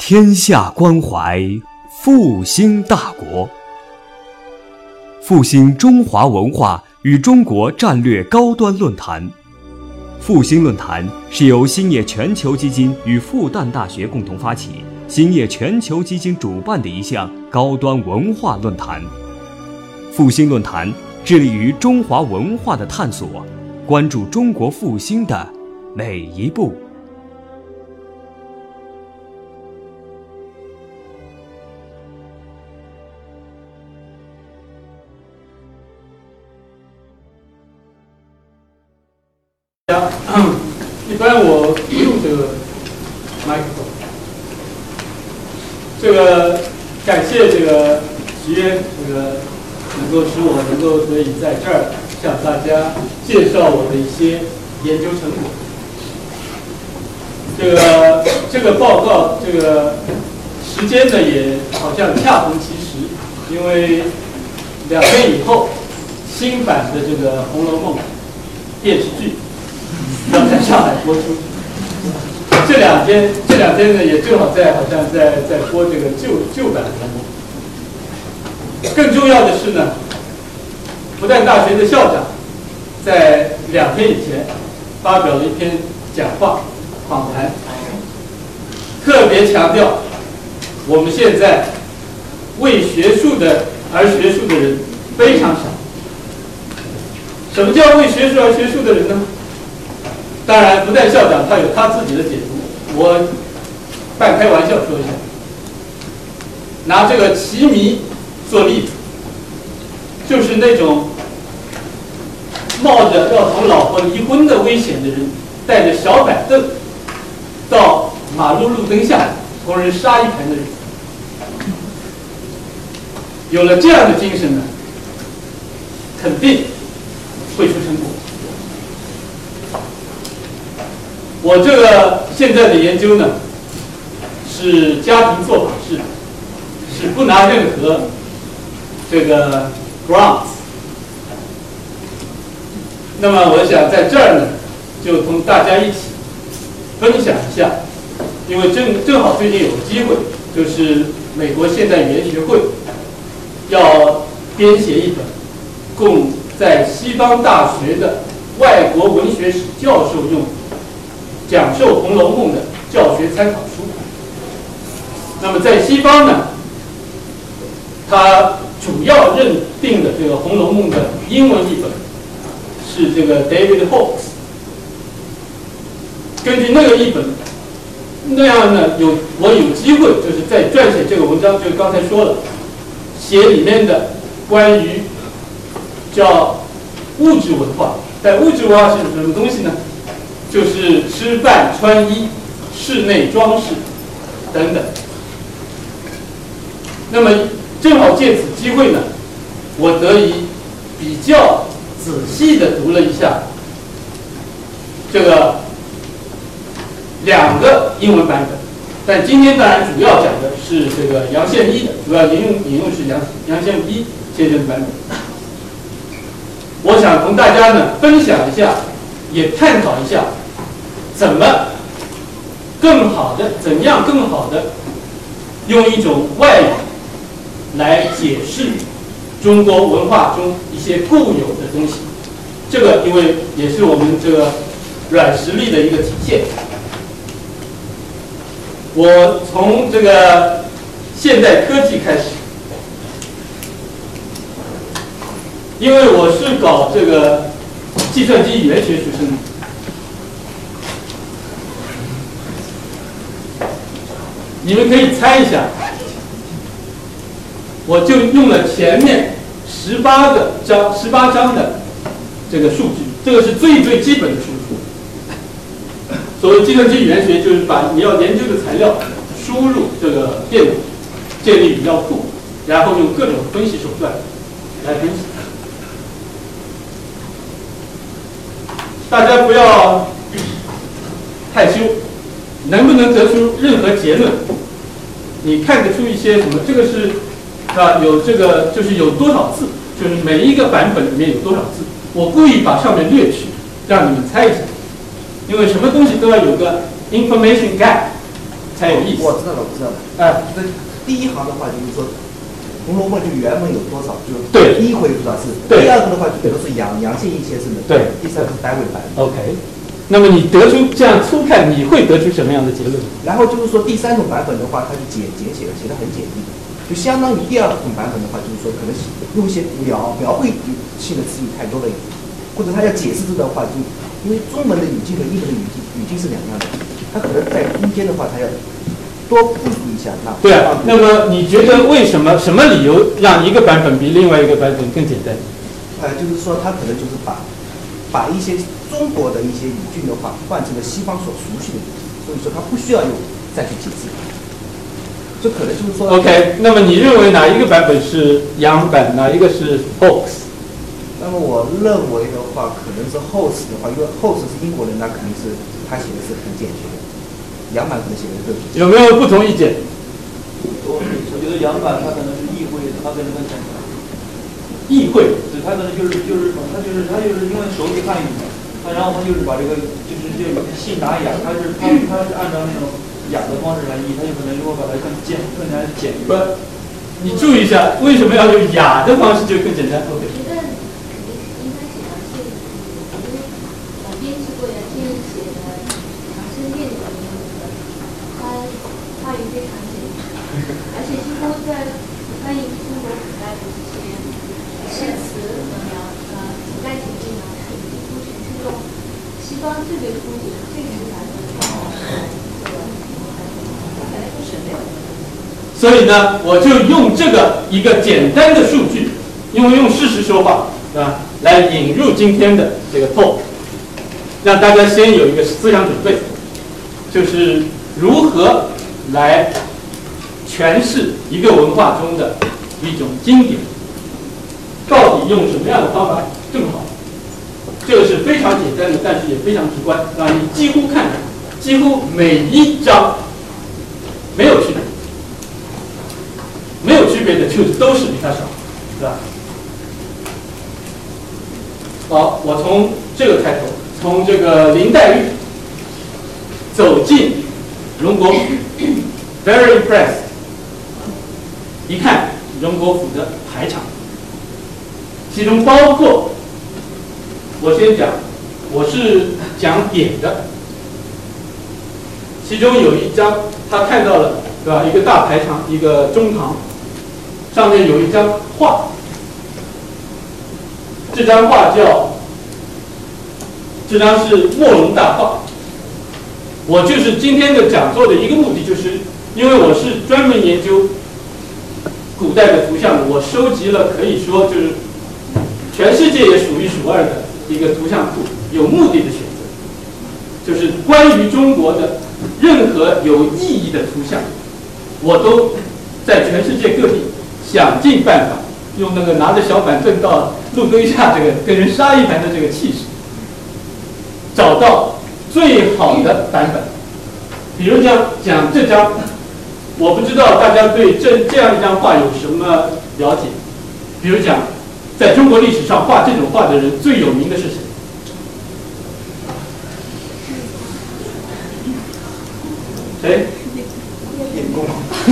天下关怀复兴大国，复兴中华文化与中国战略高端论坛。复兴论坛是由兴业全球基金与复旦大学共同发起，兴业全球基金主办的一项高端文化论坛。复兴论坛致力于中华文化的探索，关注中国复兴的每一步。 一般我不用这个麦克风。这个感谢这个徐渊，这个能够使我能够得以在这儿向大家介绍我的一些研究成果。这个报告，这个时间呢也好像恰逢其时，因为2天以后新版的这个《红楼梦》电视剧要在上海播出。这两天呢，也正好好像在播这个旧版的《红楼梦》。更重要的是呢，复旦大学的校长在2天以前发表了一篇讲话访谈，特别强调我们现在为学术的而学术的人非常少。什么叫为学术而学术的人呢？当然，复旦校长他有他自己的解读，我半开玩笑说一下，拿这个棋迷做例子，就是那种冒着要同老婆离婚的危险的人，带着小板凳到马路路灯下同人杀一盘的人。有了这样的精神呢，肯定会出成果。我这个现在的研究呢，是家庭做法式的，是不拿任何这个 grants。那么我想在这儿呢，就同大家一起分享一下，因为正好最近有机会，就是美国现代语言学会要编写一本供在西方大学的外国文学史教授用讲授《红楼梦》的教学参考书。那么在西方呢，他主要认定的这个《红楼梦》的英文译本是这个 David Hawkes。根据那个译本，那样呢，我有机会就是在撰写这个文章，就刚才说了，写里面的关于叫物质文化。但物质文化是什么东西呢？就是吃饭、穿衣、室内装饰等等。那么正好借此机会呢，我得以比较仔细地读了一下这个2个英文版本。但今天当然主要讲的是这个杨宪一的，主要引用是杨宪一先生的版本。我想同大家呢分享一下，也探讨一下怎样更好的用一种外语来解释中国文化中一些固有的东西。这个因为也是我们这个软实力的一个体现。我从这个现代科技开始，因为我是搞这个计算机语言学出身的。你们可以猜一下，我就用了前面18章的这个数据，这个是最基本的数据。所谓计算机语言学，就是把你要研究的材料输入这个电脑，建立语料库，然后用各种分析手段来分析。大家不要害羞，能不能得出任何结论？你看得出一些什么？这个是有这个就是有多少字，就是每一个版本里面有多少字。我故意把上面略去，让你们猜一下，因为什么东西都要有个 information gap， 才有意思。 我知道了，我知道了。这第一行的话就是说，《红楼梦》就原文有多少，就对， 第一回有多少字。 对。 第二个的话就比如说杨建益先生的。 对。 第三个是单位版。 OK。那么你得出这样粗看，你会得出什么样的结论？ 然后就是说第三种版本的话，它就简写了，写得很简易，就相当于第二种版本的话，就是说可能用一些描绘性的词语太多了，或者他要解释的话，就因为中文的语境和英文的语境是两样的，他可能在中间的话，他要多部署一下。 对啊，那么你觉得为什么什么理由让一个版本比另外一个版本更简单？ 就是说他可能就是把一些中国的一些语境的话换成了西方所熟悉的语境，所以说他不需要再去解释。这可能就是说 ，OK。那么你认为哪一个版本是杨版，哪一个是 Hoax？ 那么我认为的话，可能是 Hoax 的话，因为 Hoax 是英国人，那肯定是他写的是很简洁的。杨版可能写的更。 有没有不同意见？ 我觉得杨版他可能是意会的，他可能更简单。 意会， 对，他可能就是因为熟悉汉语嘛，然后他就是把这个信达雅，他是按照那种雅的方式来译，他就可能如果把它更加简约。 不，你注意一下，为什么要用雅的方式就更简单？ 我觉得肯定是应该是杨建益，因为编辑过杨建益写的《长生殿》里面他话语非常简单，而且几乎在翻译中国古代的这些诗词和古代简历描述，几乎全是用西方最为通俗的这个时代的方法来做的，本来不省略。 所以呢，我就用这个一个简单的数据，因为用事实说话，是吧？来引入今天的这个 talk， 让大家先有一个思想准备，就是如何来诠释一个文化中的一种经典，到底用什么样的方法更好？这个是非常简单的，但是也非常直观，啊，你几乎看，几乎每一章没有区别。没有区别的就是都是比它少，是吧？好，我从这个开头，从这个林黛玉走进荣国府 ，very impressed。一看荣国府的排场，其中包括我先讲，我是讲点的，其中有一张他看到了，对吧？一个大排场，一个中堂。上面有一张画，这张是墨龙大画。我就是今天的讲座的一个目的，就是因为我是专门研究古代的图像的，我收集了可以说就是全世界也数一数二的一个图像库，有目的的选择，就是关于中国的任何有意义的图像，我都在全世界各地。想尽办法用那个拿着小板凳到路墩下这个跟人杀一盘的这个气势，找到最好的版本。比如讲这张，我不知道大家对这样一张画有什么了解。比如讲，在中国历史上画这种画的人最有名的是谁？谁？ 电工。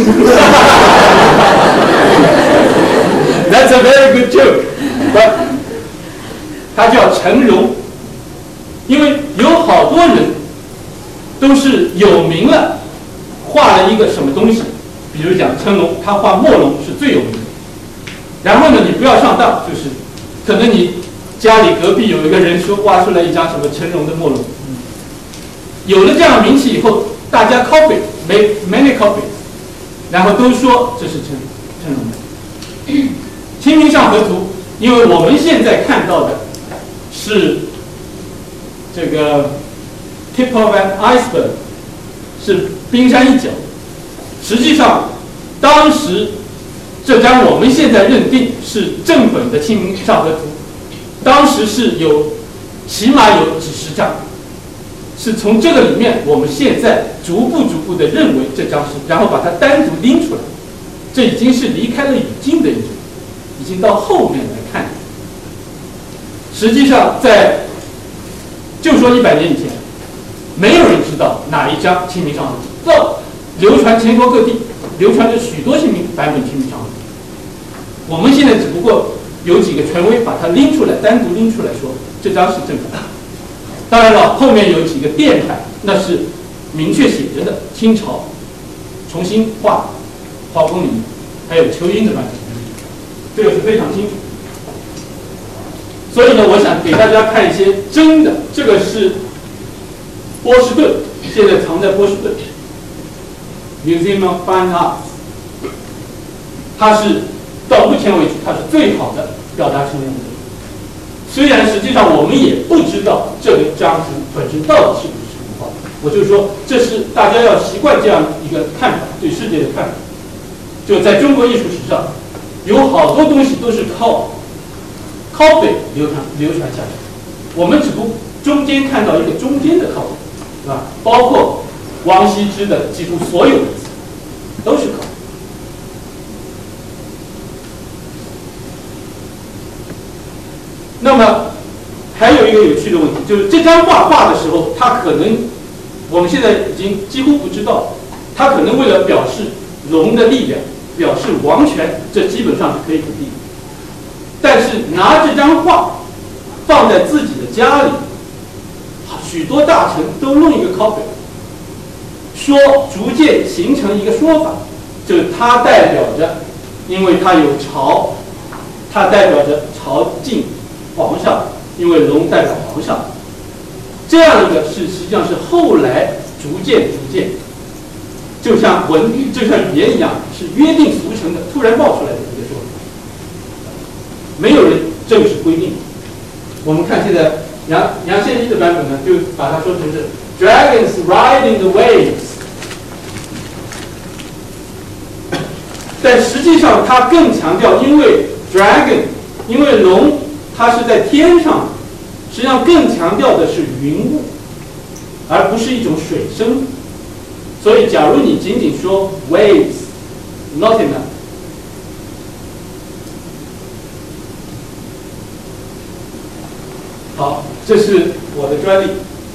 That's a very good joke. But 他叫陈荣，因为有好多人都是有名了，画了一个什么东西，比如讲成龙，他画墨龙是最有名的。然后呢，你不要上当，就是可能你家里隔壁有一个人说挖出来一张什么成龙的墨龙，有了这样名气以后，大家 copy many copies， 然后都说这是成龙的。清明上河图，因为我们现在看到的是这个 tip of an iceberg， 是冰山一角。实际上，当时这张我们现在认定是正本的清明上河图，当时是起码有几十张，是从这个里面我们现在逐步的认为这张是，然后把它单独拎出来，这已经是离开了语境的一种。已经到后面来看，实际上就说100年以前，没有人知道哪一张清明上河图， 流传全国各地，流传着许多版本清明上河图。我们现在只不过有几个权威把它拎出来，单独拎出来说这张是正版。当然了，后面有几个电版，那是明确写着的，清朝重新画花宫里，还有仇英的版本，这个是非常清楚。所以呢，我想给大家看一些真的，这个是波士顿，现在藏在波士顿 Museum of Fine Arts， 它是到目前为止它是最好的表达成人的。虽然实际上我们也不知道这个张图本身到底是不是古画，我就说这是大家要习惯这样一个看法，对世界的看法。就在中国艺术史上，有好多东西都是靠copy流传下来，我们只不中间看到一个中间的copy，是吧？包括王羲之的几乎所有的字都是copy。那么还有一个有趣的问题，就是这张画画的时候，它可能我们现在已经几乎不知道，它可能为了表示龙的力量，表示王权，这基本上是可以肯定的。但是拿这张画放在自己的家里，许多大臣都弄一个 copy， 说逐渐形成一个说法，就是它代表着，因为它有朝，它代表着朝觐皇上，因为龙代表皇上，这样一个是实际上是后来逐渐，就像语言一样，是约定俗成的，突然冒出来的一个说法，没有人正式规定。我们看现在杨宪一的版本呢，就把它说成是 dragons riding the waves， 但实际上它更强调，因为 dragon， 因为龙它是在天上，实际上更强调的是云雾，而不是一种水声。所以假如你仅仅说 waves not enough。好，这是我的专利。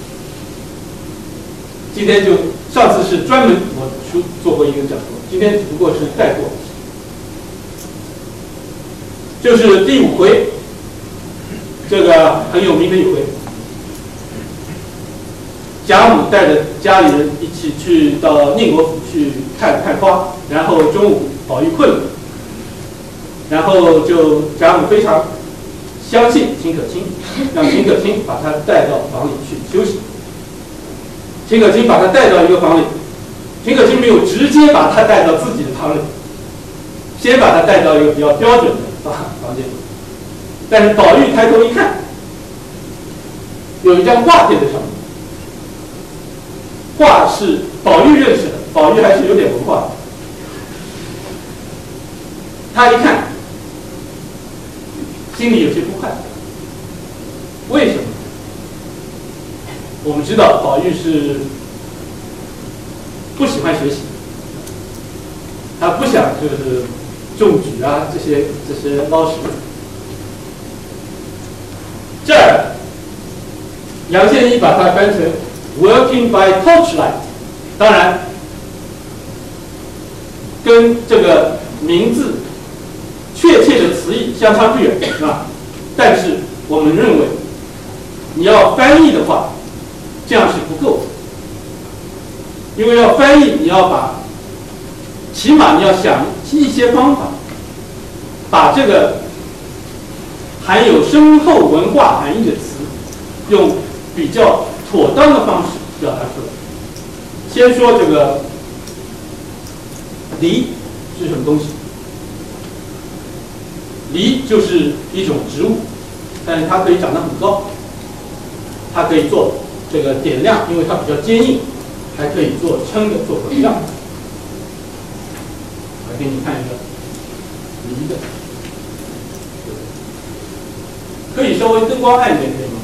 今天就上次是专门我做过一个讲座，今天只不过是带过。就是第5回，这个很有名的一回。贾母带着家里人一起去到宁国府去看花，然后中午宝玉困了，然后就贾母非常相信秦可卿，让秦可卿把他带到房里去休息。秦可卿把他带到一个房里，秦可卿没有直接把他带到自己的房里，先把他带到一个比较标准的房间里。但是宝玉抬头一看，有一张画贴在上面，画是宝玉认识的，宝玉还是有点文化的。他一看，心里有些不快。为什么？我们知道宝玉是不喜欢学习，他不想就是中举啊这些捞屎。这儿杨宪一把它翻成 working by torchlight， 当然跟这个名字确切的词义相差不远，是吧？但是我们认为，你要翻译的话，这样是不够的，因为要翻译，你要起码你要想一些方法，把这个含有深厚文化含义的词，用比较妥当的方式表达出来。先说这个梨是什么东西？梨就是一种植物，但是它可以长得很高，它可以做这个点亮，因为它比较坚硬，还可以做撑的，做膨胀。我给你看一个梨的，可以稍微灯光暗一点，可以吗？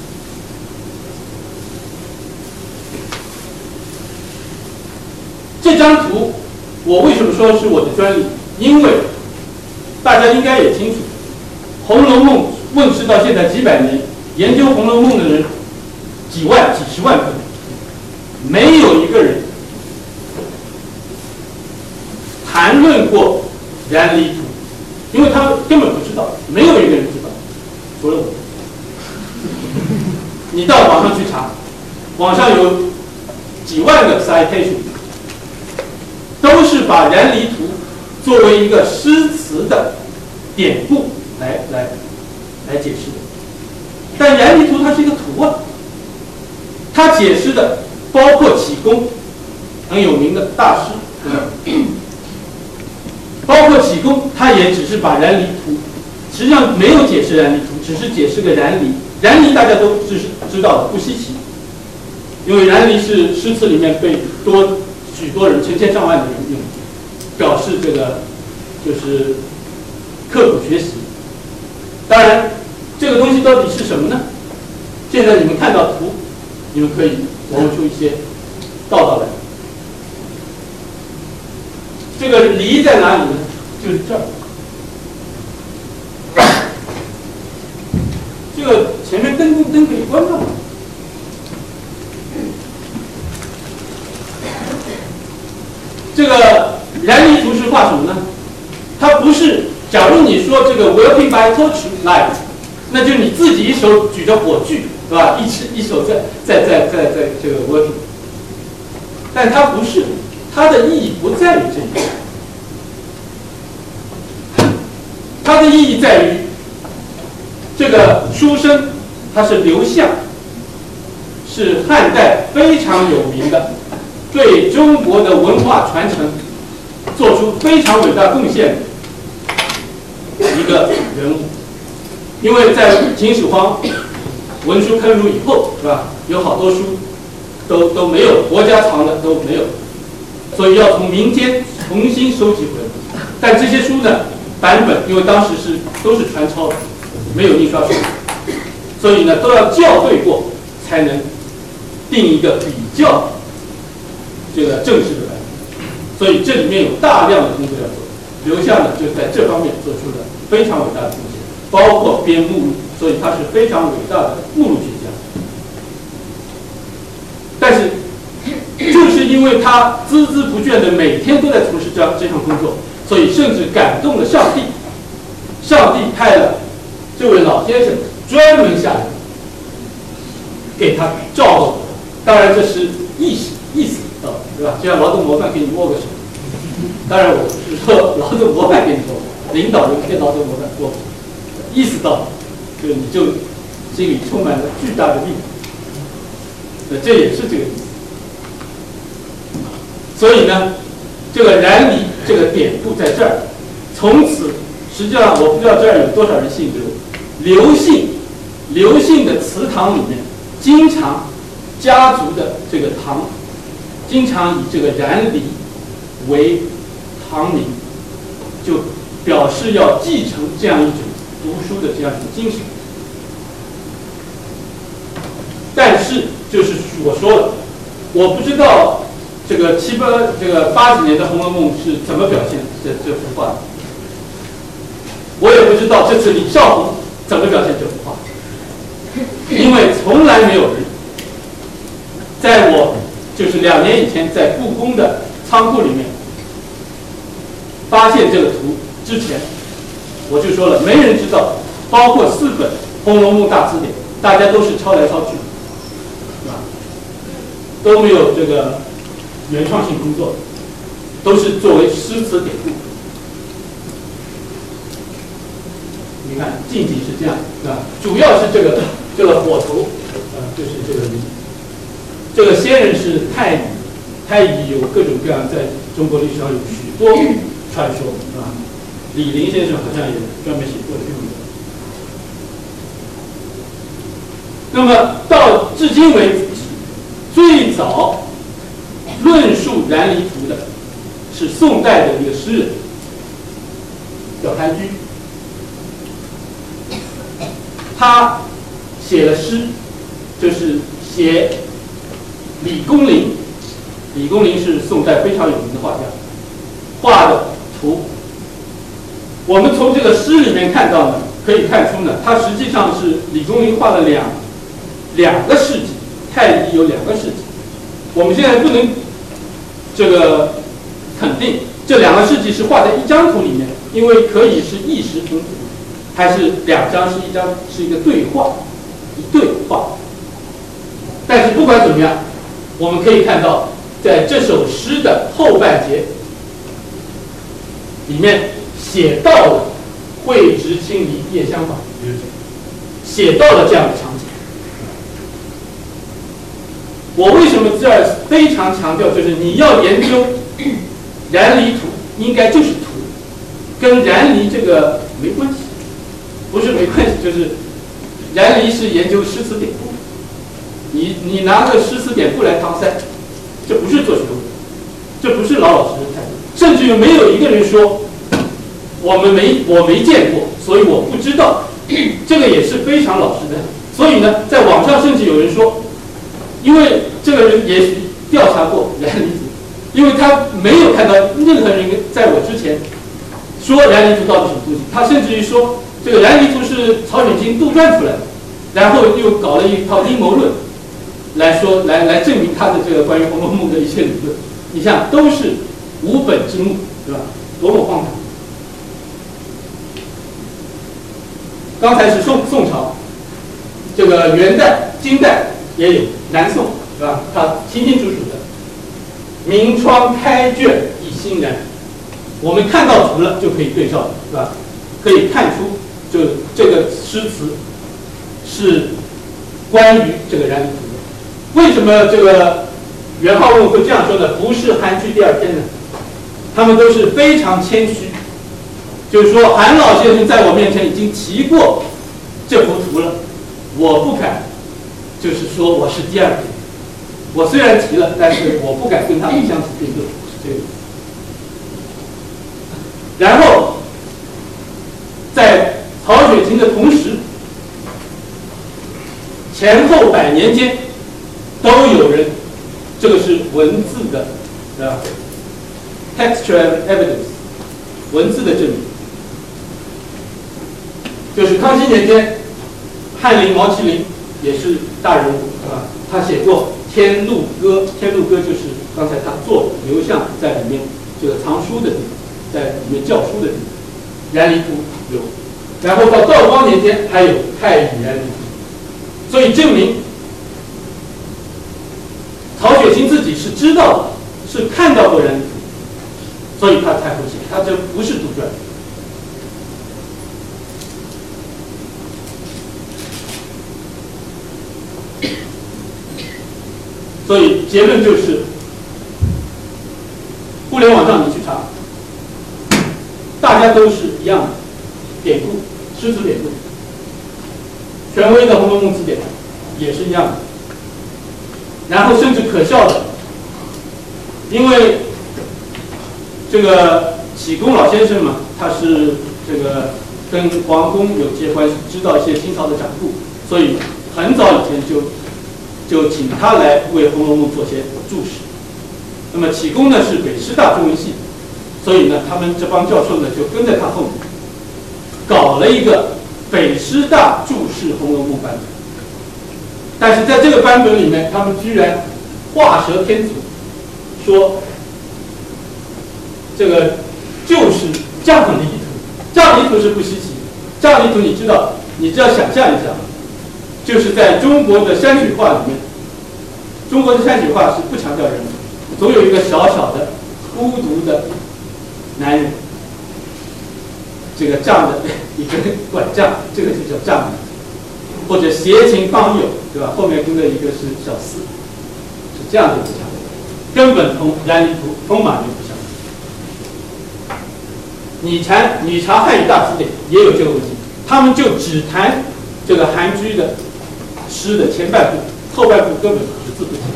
这张图我为什么说是我的专利？因为大家应该也清楚，《红楼梦》问世到现在几百年，研究《红楼梦》的人几万、几十万个，没有一个人谈论过燃离图，因为他们根本不知道，没有一个人知道，除了我。你到网上去查，网上有几万个 citation， 都是把燃离图作为一个诗词的典故来解释的。但燃离图它是一个图啊，它解释的包括启功，很有名的大师，对吧？包括启功，他也只是把燃离图，实际上没有解释燃离图，只是解释个燃离。燃离大家都知道的，不稀奇，因为燃离是诗词里面被许多人成千上万的人用，表示这个就是刻苦学习。当然，这个东西到底是什么呢？现在你们看到图，你们可以琢磨出一些道道来。这个离在哪里呢？就是这儿。这个前面灯可以关上。这个燃离图是画什么呢？它不是，假如你说这个 working by torchlight， 那就是你自己一手举着火炬，对吧？一手在这个 working， 但它不是，它的意义不在于这一点，它的意义在于这个书生他是刘向，是汉代非常有名的，对中国的文化传承做出非常伟大贡献的一个人物。因为在秦始皇文书坑儒以后，是吧？有好多书都没有，国家藏的都没有，所以要从民间重新收集回来。但这些书呢，版本因为当时都是传抄的，没有印刷术，所以呢都要校对过，才能定一个比较这个正式的版本。所以这里面有大量的工作要做。刘向呢就在这方面做出了非常伟大的贡献，包括编目录，所以他是非常伟大的目录学家。但是正是因为他孜孜不倦的每天都在从事这项工作，所以甚至感动了上帝。上帝派了这位老先生专门下来给他照顾，当然这是意思到，对吧？就像劳动模范给你握个手，当然我是说劳动模范给你握，领导人跟劳动模范握，意思到，就你就心里充满了巨大的力量，这也是这个意思。所以呢，这个燃离这个典故在这儿，从此实际上我不知道这儿有多少人姓刘，刘姓的祠堂里面经常家族的这个堂，经常以这个燃离为堂名，就表示要继承这样一种读书的这样一种精神。但是就是我说了，我不知道这个80年的《红楼梦》是怎么表现这幅画的，我也不知道这次李少红怎么表现这幅画，因为从来没有人在我就是2年以前在故宫的仓库里面发现这个图之前，我就说了，没人知道，包括4本《红楼梦大词典》，大家都是抄来抄去，是吧？都没有这个原创性工作，都是作为诗词典故。你看近景是这样，是吧？主要是这个火头，就是这个离。这个先人是太乙，太乙有各种各样，在中国历史上有许多传说，是吧？李林先生好像也专门写过这个。那么到至今为止，最早论述燃离图的是宋代的一个诗人，叫韩居。他写了诗，就是写李公麟。李公麟是宋代非常有名的画家，画的图，我们从这个诗里面看到呢，可以看出呢，他实际上是李公麟画了两个世纪，太乙有2个世纪。我们现在不能这个肯定， 这2个事迹是画在一张图里面，因为可以是意识同图，还是2张是一张，是一个对话，一对话。但是不管怎么样，我们可以看到，在这首诗的后半节里面写到了“蕙质青离夜相访”，写到了这样的场景。我为什么这儿非常强调，就是你要研究燃离图，应该就是图，跟燃离这个没关系，不是没关系，就是燃离是研究诗词典故，你拿个诗词典故来搪塞，这不是做学问，这不是老实的态度，甚至于没有一个人说我没见过，所以我不知道，这个也是非常老实的。所以呢，在网上甚至有人说，因为这个人也许调查过燃离图，因为他没有看到任何人在我之前说燃离图到底什么东西，他甚至于说这个燃离图是曹雪芹杜撰出来的，然后又搞了一套阴谋论来说来证明他的这个关于《红楼梦》的一些理论。你想，都是无本之木，对吧？多么荒唐！刚才是宋朝，这个元代、金代也有，南宋，对吧？它清清楚楚的，明窗开卷已欣然。我们看到图了就可以对照，对吧？可以看出，就这个诗词是关于这个燃离图的。为什么这个元好问会这样说呢？不是韩剧第2篇的，他们都是非常谦虚。就是说，韩老先生在我面前已经提过这幅图了，我不敢，就是说我是第2篇。我虽然提了，但是我不敢跟他们相提并论，是这个意思。然后，在曹雪芹的同时，前后100年间，都有人，这个是文字的textual evidence， 文字的证明。就是康熙年间，翰林毛麒麟也是大人物，啊，他写过《天路歌》，《天路歌》就是刚才他做的刘向在里面这个藏书的地方，在里面教书的地方。燃离图有，然后到道光年间还有太乙燃离图，所以证明曹雪芹自己是知道的，是看到过燃离图，所以他才会写，他这不是杜撰。所以结论就是，互联网上你去查，大家都是一样的典故，诗词典故，权威的《红楼梦词典》也是一样的。然后甚至可笑的，因为这个启功老先生嘛，他是这个跟皇宫有些关系，知道一些清朝的掌故，所以很早以前就请他来为《红楼梦》做些注释。那么启功呢是北师大中文系，所以呢他们这帮教授呢就跟在他后面，搞了一个北师大注释《红楼梦》版本。但是在这个版本里面，他们居然画蛇添足，说这个就是绛离图。绛离图是不稀奇，绛离图你知道想象一下。就是在中国的山水画里面，中国的山水画是不强调人物，总有一个小小的孤独的男人，这个杖的一根拐杖，这个就叫杖，或者携琴方友，对吧？后面跟着一个是小厮，是这样的一个强调，根本同燃离图风马牛不相同。你查汉语大词典也有这个问题，他们就只谈这个韩居的诗的前半部，后半部根本只字不提。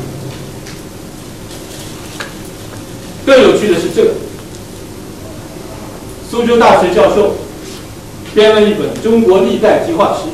更有趣的是这个，苏州大学教授编了一本《中国历代题画师》，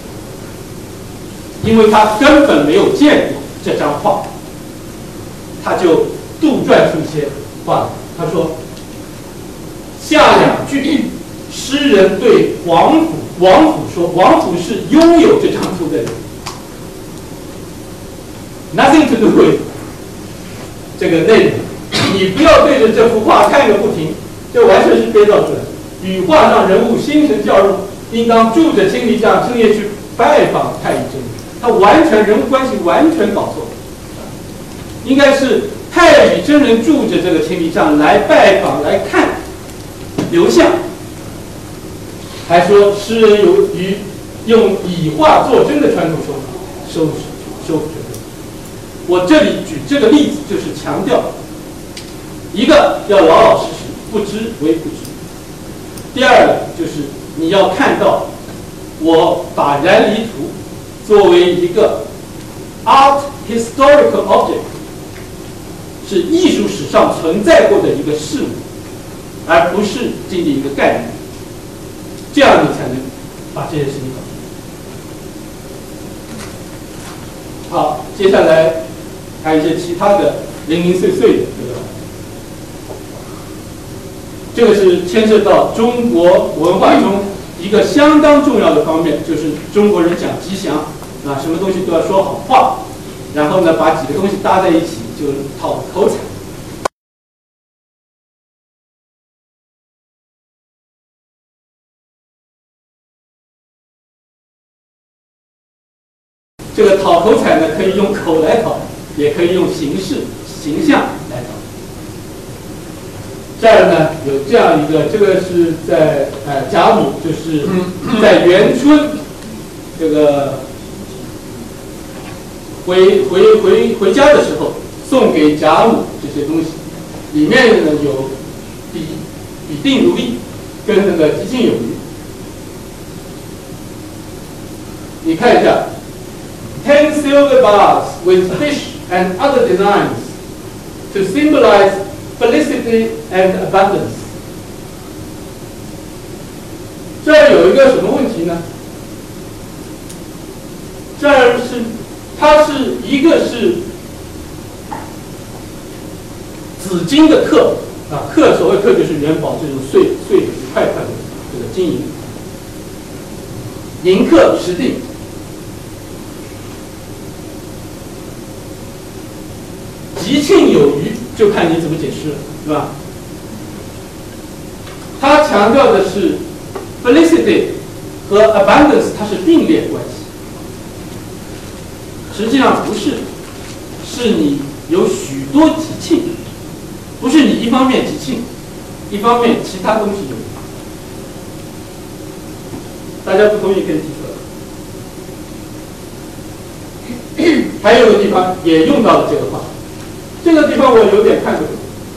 因为他根本没有见过这张画，他就杜撰出一些话来。他说，下2句，诗人对王府说，王府是拥有这张图的人。Nothing to do with 这个内容， 你不要对着这幅画看个不停，这完全是编造出来的。与画上人物心神交入，应当住着千里帐，正夜去拜访太乙真人。他完全人物关系完全搞错，应该是太乙真人住着这个千里帐来拜访来看刘向，还说诗人由于用以画作真的传统手法修复这个。我这里举这个例子就是强调，一个要老老实实，不知为不知；第二个就是你要看到，我把燃黎图作为一个 art historical object， 是艺术史上存在过的一个事物，而不是仅仅一个概念。这样你才能把这件事情搞定。好，接下来还有一些其他的零零碎碎的这个是牵涉到中国文化中一个相当重要的方面，就是中国人讲吉祥啊，什么东西都要说好话，然后呢把几个东西搭在一起就讨口彩。这个讨口彩呢，可以用口来讨，也可以用形式、形象来讨。这儿呢有这样一个，这个是在贾母，就是在元春这个回家的时候送给贾母这些东西，里面呢有笔定如意跟那个吉庆有余。你看一下。10 silver bars with fish and other designs to symbolize felicity and abundance. 这儿有一个什么问题呢？这儿是，它是一个是紫金的克啊，克所谓克就是元宝这种碎的一块块的这个金银，银克10锭。吉庆有余，就看你怎么解释了，是吧？他强调的是 felicity 和 abundance， 它是并列关系。实际上不是，是你有许多吉庆，不是你一方面吉庆，一方面其他东西有。大家不同意可以提出来。还有个地方也用到了这个话。这个地方我有点看不懂，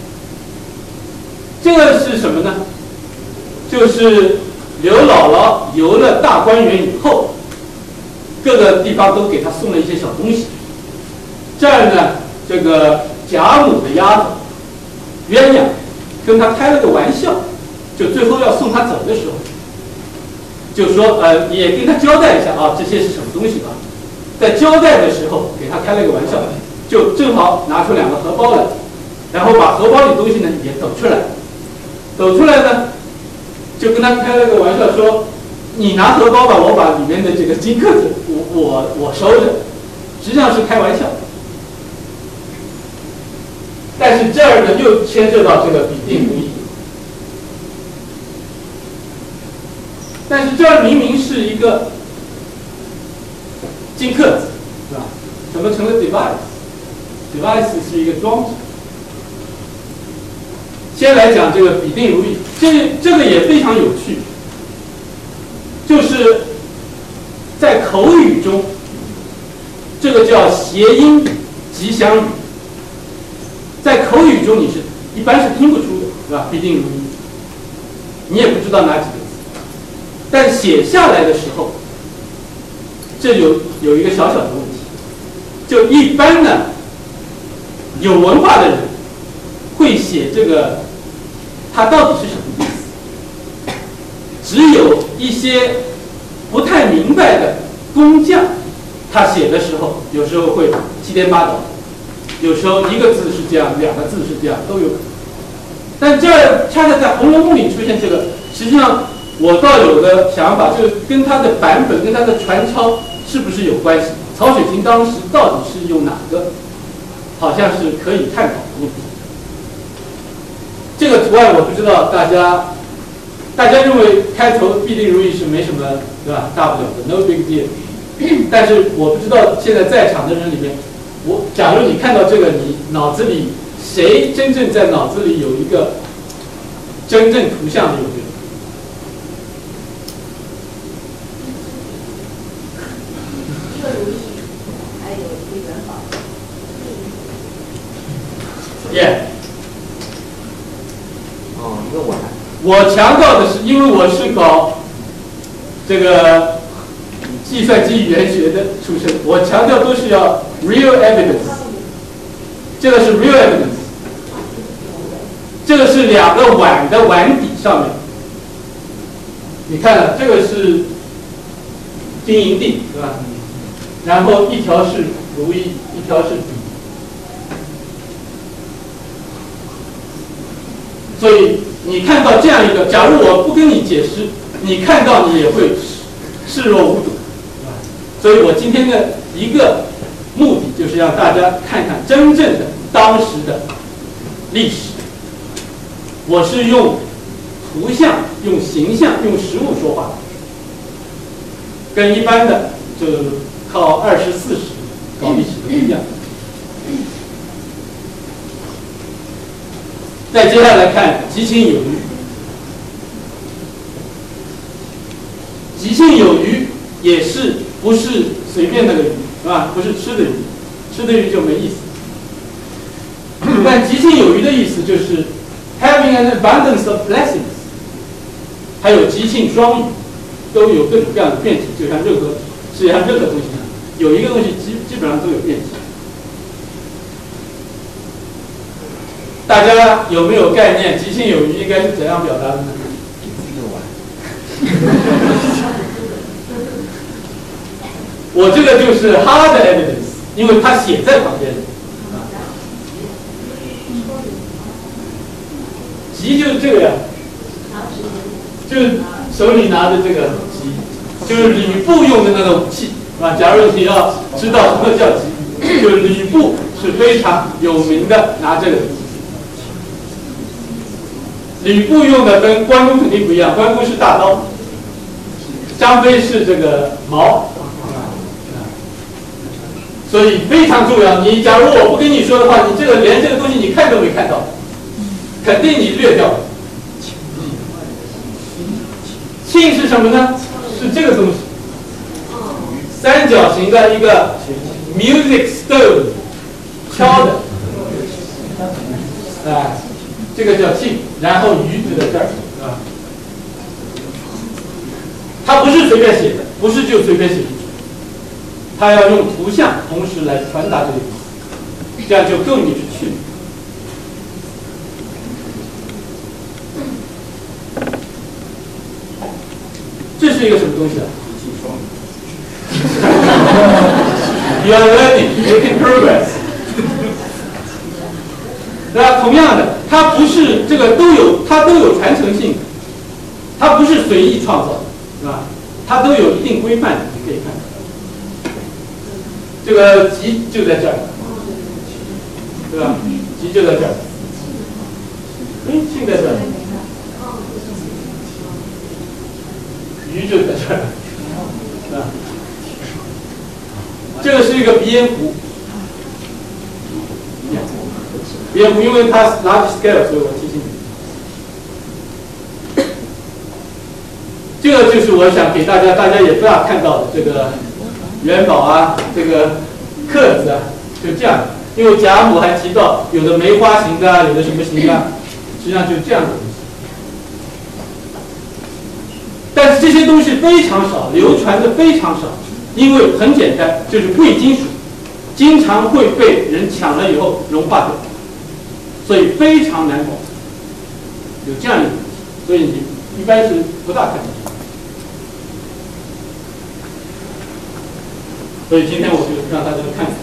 这个是什么呢？就是刘姥姥游了大观园以后，各个地方都给她送了一些小东西。这儿呢，这个贾母的丫头鸳鸯跟她开了个玩笑，就最后要送她走的时候，就说也跟她交代一下啊，这些是什么东西吧。在交代的时候给她开了个玩笑。就正好拿出2个荷包来，然后把荷包里东西呢也抖出来，抖出来呢，就跟他开了个玩笑说：“你拿荷包吧，我把里面的这个金克子我收着。”实际上是开玩笑。但是这儿呢又牵涉到这个比定如意，但是这儿明明是一个金克子，是吧？怎么成了 device 是一个装置。先来讲这个比定如意，这个也非常有趣，就是在口语中，这个叫谐音吉祥语，在口语中你是一般是听不出的，是吧？比定如意，你也不知道哪几个字，但写下来的时候，这有一个小小的问题，就一般呢。有文化的人会写这个，它到底是什么意思？只有一些不太明白的工匠，他写的时候有时候会七颠八倒，有时候一个字是这样，2个字是这样，都有可能。但这儿恰恰在《红楼梦》里出现这个，实际上我倒有个想法，就是跟它的版本、跟它的传抄是不是有关系？曹雪芹当时到底是用哪个？好像是可以探讨的问题。 这个图案我不知道大家认为开头必定如意是没什么，对吧？大不了的 ，no big deal。但是我不知道现在在场的人里面，假如你看到这个，你脑子里谁真正在脑子里有一个真正图像的有没有？ 一个如意，还有一个元宝。 耶。 哦，一个碗。 我强调的是，因为我是搞这个计算机语言学的出身，我强调都是要 real evidence。这个是 real evidence， 这个是两个碗的碗底上面，你看这个是金银锭，对吧？然后一条是如意，一条是笔。所以你看到这样一个，假如我不跟你解释，你看到你也会视若无睹，所以我今天的一个目的就是让大家看看真正的当时的历史。我是用图像、用形象、用实物说话的，跟一般的就靠20、40搞历史的不一样。再接下来看吉庆有余，吉庆有余也是不是随便那个鱼，是吧？不是吃的鱼，吃的鱼就没意思。但吉庆有余的意思就是 having an abundance of blessings， 还有吉庆双语，都有各种各样的变体，就像任何世界上任何东西一样，有一个东西基本上都有变体。大家有没有概念？吉庆有余应该是怎样表达的呢？我这个就是 hard evidence， 因为它写在旁边。吉就是这个呀，就是手里拿的这个吉，就是吕布用的那个武器，是吧？假如你要知道什么叫吉，就是吕布是非常有名的拿这个。吕布用的跟关公肯定不一样，关公是大刀，张飞是这个矛，所以非常重要。你假如我不跟你说的话，你这个连这个东西你看都没看到，肯定你略掉了。磬是什么呢？是这个东西，三角形的一个 music stone， 敲的，哎。这个叫磬，然后余字在这儿，啊，它不是随便写的，不是就随便写的，它要用图像同时来传达这个意思，这样就更有趣。这是一个什么东西啊？You are learning, making progress。对吧？同样的，它不是这个它都有传承性，它不是随意创造的，是吧？它都有一定规范的，你可以看。这个吉就在这儿，对吧？吉就在这儿，磬在这儿，鱼就在这儿，是吧？这个是一个鼻烟壶。蝙蝠，因为它 large scale， 所以我提醒你。这个就是我想给大家也不要看到的这个元宝啊，这个刻字啊，就这样。因为贾母还提到有的梅花形的，有的什么形的，实际上就是这样的东西。但是这些东西非常少，流传的非常少，因为很简单，就是贵金属，经常会被人抢了以后融化掉。所以非常难保存，有这样一个问题，所以你一般是不大看得到。所以今天我就让大家看看，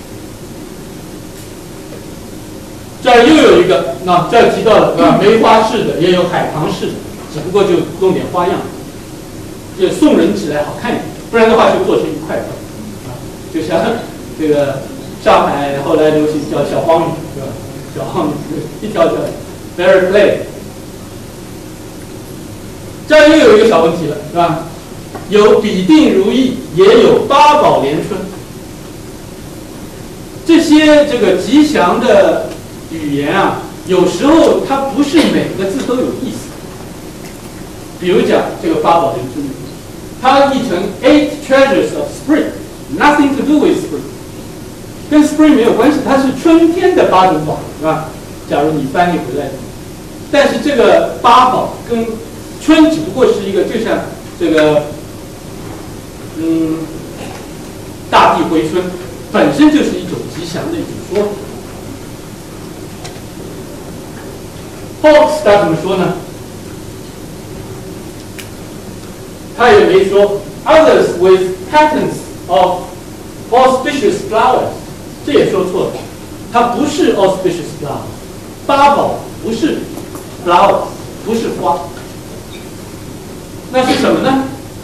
这儿又有一个，那这儿提到了啊，梅花式的，也有海棠式的，只不过就弄点花样，就送人起来好看一点，不然的话就做成一块块，啊，就像这个上海后来流行叫小黄鱼，是吧？小黄鱼一条条， ，very plain。这样又有一个小问题了，是吧？有比定如意，也有八宝连春。这些这个吉祥的语言啊，有时候它不是每个字都有意思。比如讲这个八宝连春，它译成 eight treasures of spring，nothing to do with spring， 跟 spring 没有关系，它是春天的八种宝，是吧？假如你翻译回来的，但是这个八宝跟春只不过是一个，就像这个，大地回春，本身就是一种吉祥的一种说法。Hawks 他怎么说呢？他也没说 others with patterns of auspicious flowers， 这也说错了，它不是 auspicious flowers， 八宝不是 flowers， 不是花。那是什么呢？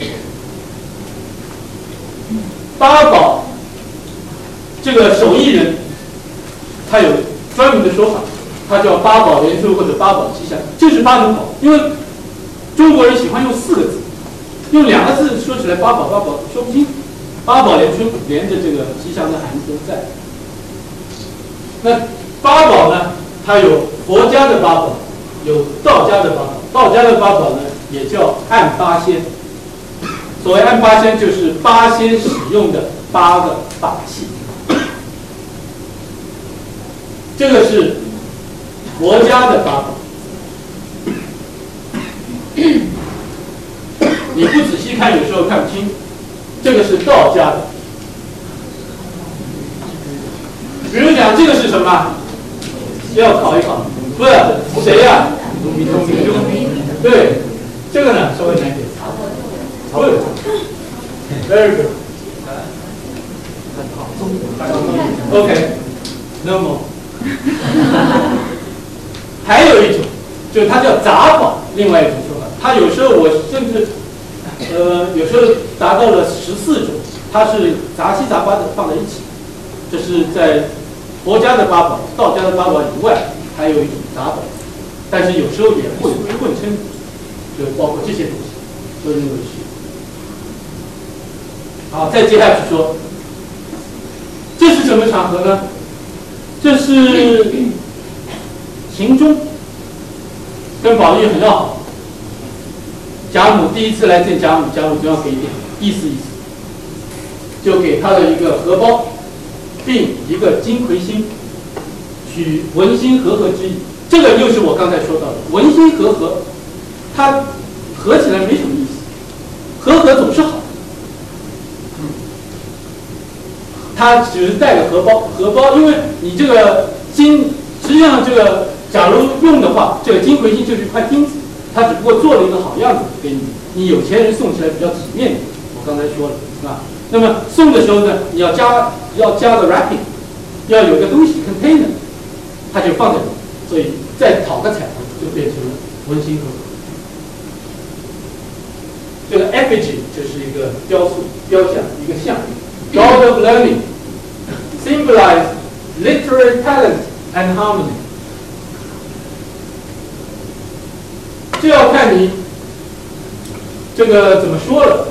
八宝，这个手艺人，他有专门的说法，他叫八宝连春或者八宝吉祥，就是八种宝。因为中国人喜欢用4个字，用2个字说起来八宝说不清，八宝连春连着这个吉祥的含义都在。那八宝呢，它有佛家的八宝，有道家的八宝。道家的八宝呢，也叫按八仙。所谓按八仙，就是八仙使用的8个法器。这个是佛家的八宝。你不仔细看，有时候看不清。这个是道家的。比如讲这个是什么？要考一考。不是谁呀？对，这个呢稍微难一点。Good. Very good. OK. No more. 还有一种，就是它叫杂宝，另外一种说法。它有时候我甚至，有时候达到了14种，它是杂七杂八的放在一起。这是在佛家的八宝、道家的八宝以外，还有一种杂宝，但是有时候也混称，就包括这些东西，都认为是。好，再接下去说，这是什么场合呢？这是秦钟跟宝玉很要好，贾母第一次来见贾母，贾母就要给点意思，就给他的一个荷包，并一个金魁星，取文心和合之意。这个又是我刚才说到的，文心和合，它合起来没什么意思，和合总是好。它只是带个荷包，因为你这个金，实际上这个假如用的话，这个金魁星就是一块金子，它只不过做了一个好样子给你，你有钱人送起来比较体面。我刚才说了，是吧？那么送的时候呢，你要加个 wrapping， 要有个东西 container， 它就放在这里，所以再讨个彩头就变成了文心和合。这个 effigy 就是一个雕塑、雕像，一个像。God of learning symbolize literary talent and harmony。这要看你这个怎么说了。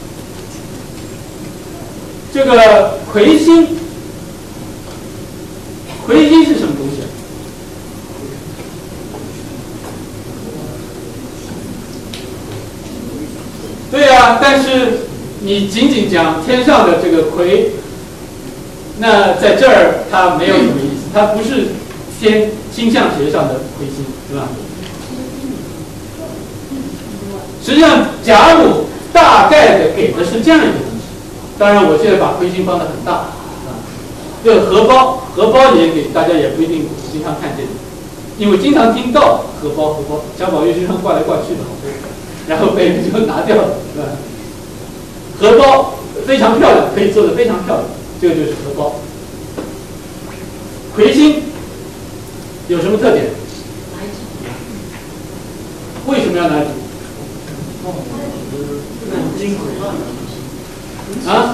这个魁星是什么东西啊？对呀，但是你仅仅讲天上的这个魁，那在这儿它没有什么意思，它不是星象学上的魁星，是吧？实际上，贾母大概的给的是这样一个东西。当然，我现在把魁星放得很大啊。这个荷包也给大家也不一定经常看见，因为经常听到荷包，贾宝玉身上挂来挂去的好多，然后被人就拿掉了，是吧？荷包非常漂亮，可以做得非常漂亮，这个就是荷包。魁星有什么特点？为什么要拿纸？啊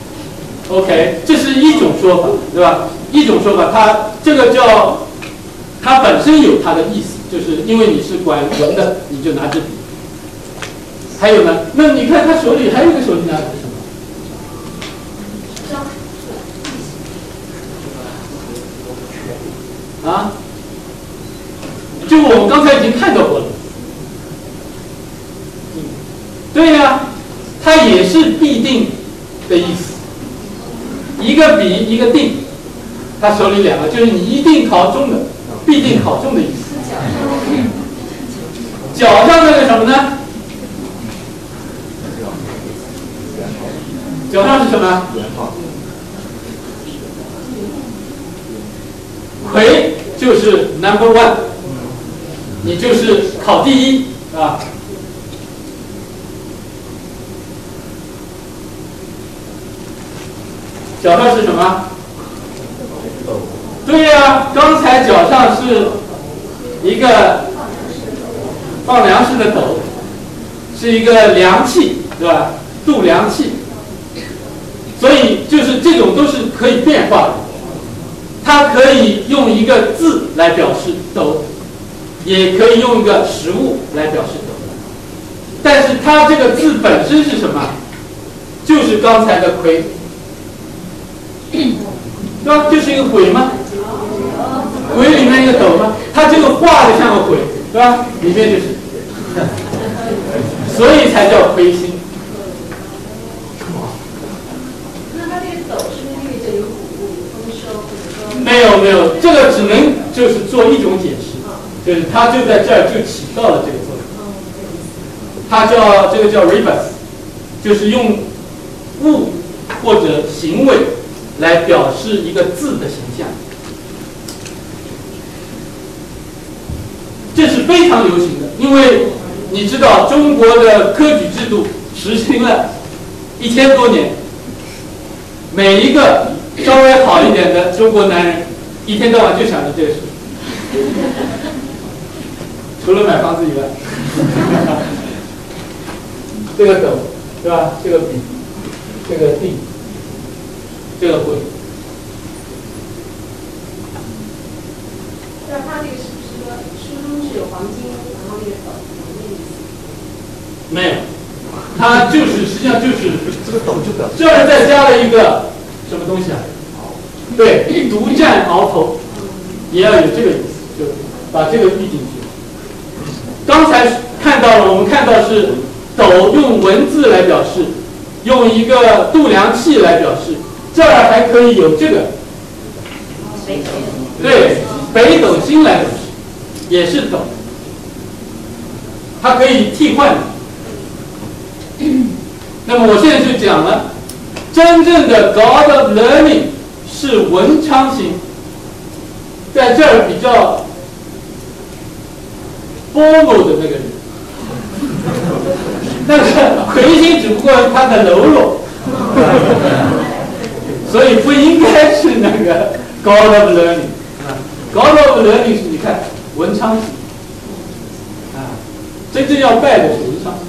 ？OK， 这是一种说法，对吧？一种说法，它这个叫它本身有它的意思，就是因为你是管文的，你就拿支笔。还有呢，那你看他手里还有一个手里拿的是什么？啊？这个我们刚才已经看到过了。对呀，它也是必定的意思。一个比一个定，他手里两个，就是你一定考中的，必定考中的意思。脚上那个什么呢？脚上是什么？魁就是 number one， 你就是考第一啊。脚上是什么？对呀，刚才脚上是一个放粮食的斗，是一个量器，对吧？度量器。所以就是这种都是可以变化的，它可以用一个字来表示斗，也可以用一个实物来表示斗。但是它这个字本身是什么？就是刚才的魁。对吧？就是一个鬼吗？鬼里面一个斗吗？它这个画的像个鬼，对吧？里面就是，所以才叫魁星。 那它这个斗是不是寓意着有虎有丰收，或者说？ 没有，这个只能就是做一种解释，就是它就在这儿就起到了这个作用。它叫这个叫 rebus， 就是用物或者行为来表示一个字的形象，这是非常流行的。因为你知道中国的科举制度实行了1000多年，每一个稍微好一点的中国男人，一天到晚就想着这个事，除了买房子以外，这个斗，对吧？这个笔，这个地。这个会， 那他这个是不是说书中是有黄金，然后那个斗的意思？ 没有，它就是实际上就是这个斗就表示这儿再加了一个什么东西啊？对，独占鳌头，也要有这个意思，就把这个预进去。刚才看到了，我们看到是斗用文字来表示，用一个度量器来表示。这儿还可以有这个，对，北斗星来表示，也是斗，它可以替换的。那么我现在就讲了，真正的 God of Learning 是文昌星，在这儿比较 formal 的那个人，那个魁星只不过他的喽啰。所以不应该是那个 God of Learning，God of Learning 是你看文昌星，啊，真正要拜的是文昌。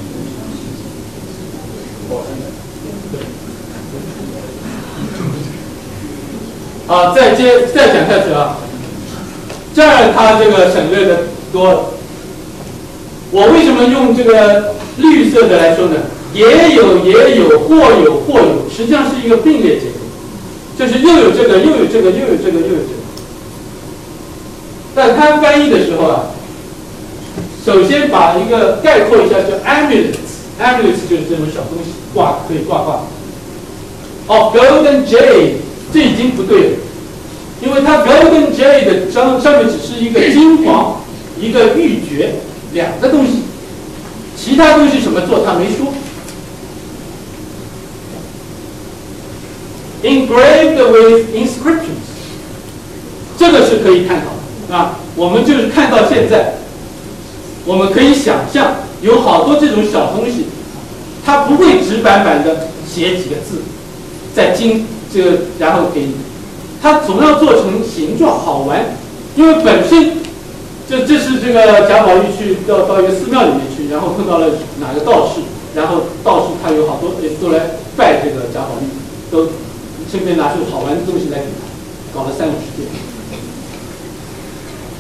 好，再讲下去啊，这儿它这个省略的多了。我为什么用这个绿色的来说呢？也有，或有，实际上是一个并列结构，就是又有这个，又有这个，又有这个，又有这个。但它翻译的时候啊，首先把一个概括一下，叫 amulets 就是这种小东西，可以挂。golden jade 这已经不对了，因为它 golden jade 的上面只是一个金黄，一个玉珏，两个东西，其他东西什么做它没说。Engraved with inscriptions， 这个是可以探讨的啊。我们就是看到现在，我们可以想象有好多这种小东西，它不会直板板的写几个字，在这个然后给你，它总要做成形状好玩，因为本身这是这个贾宝玉去到一个寺庙里面去，然后碰到了哪个道士，然后道士他有好多人都来拜这个贾宝玉，都顺便拿出好玩的东西来给他，搞了30-50件。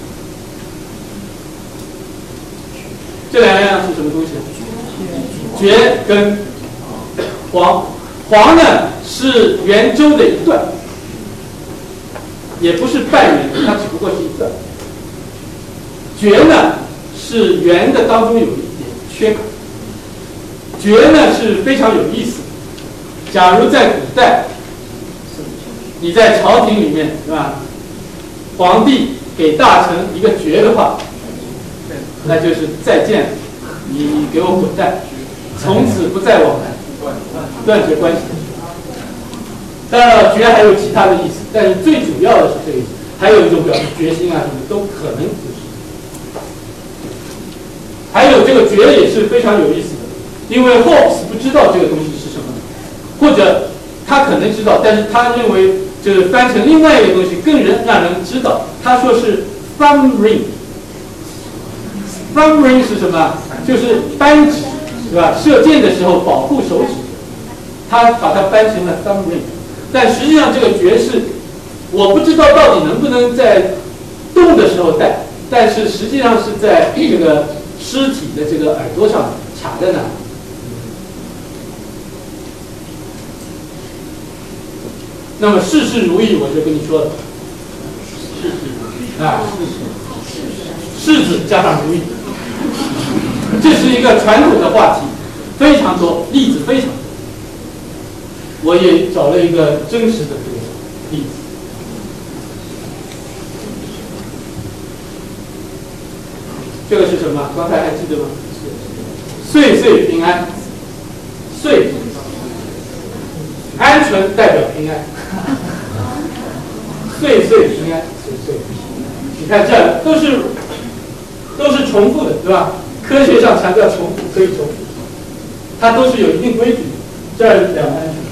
这两样是什么东西？蕨跟黄。黄呢是圆周的一段，也不是半圆，它只不过是一段。蕨呢是圆的当中有一点缺口。蕨呢是非常有意思的。假如在古代，你在朝廷里面是吧，皇帝给大臣一个诀的话，那就是再见，你给我滚蛋，从此不再往来，断绝关系。当然了，诀还有其他的意思，但是最主要的是这个意思。还有一种表示决心啊什么都可能就是。还有这个诀也是非常有意思的，因为 Hobbes 不知道这个东西是什么，或者他可能知道，但是他认为就是翻成另外一个东西更让人知道。他说是 thumb ring。thumb ring 是什么？就是扳指，对吧？射箭的时候保护手指，他把它搬成了 thumb ring。但实际上这个诀是我不知道到底能不能在动的时候戴，但是实际上是在这个尸体的这个耳朵上卡在那。那么事事如意，我就跟你说了，啊，柿子加上如意，这是一个传统的话题，非常多，例子非常多。我也找了一个真实的这个例子。这个是什么？刚才还记得吗？岁岁平安，岁，安全代表平安，岁岁平安，岁岁。你看这都是重复的，对吧？科学上强调重复，可以重复，它都是有一定规矩的。这儿两个安全。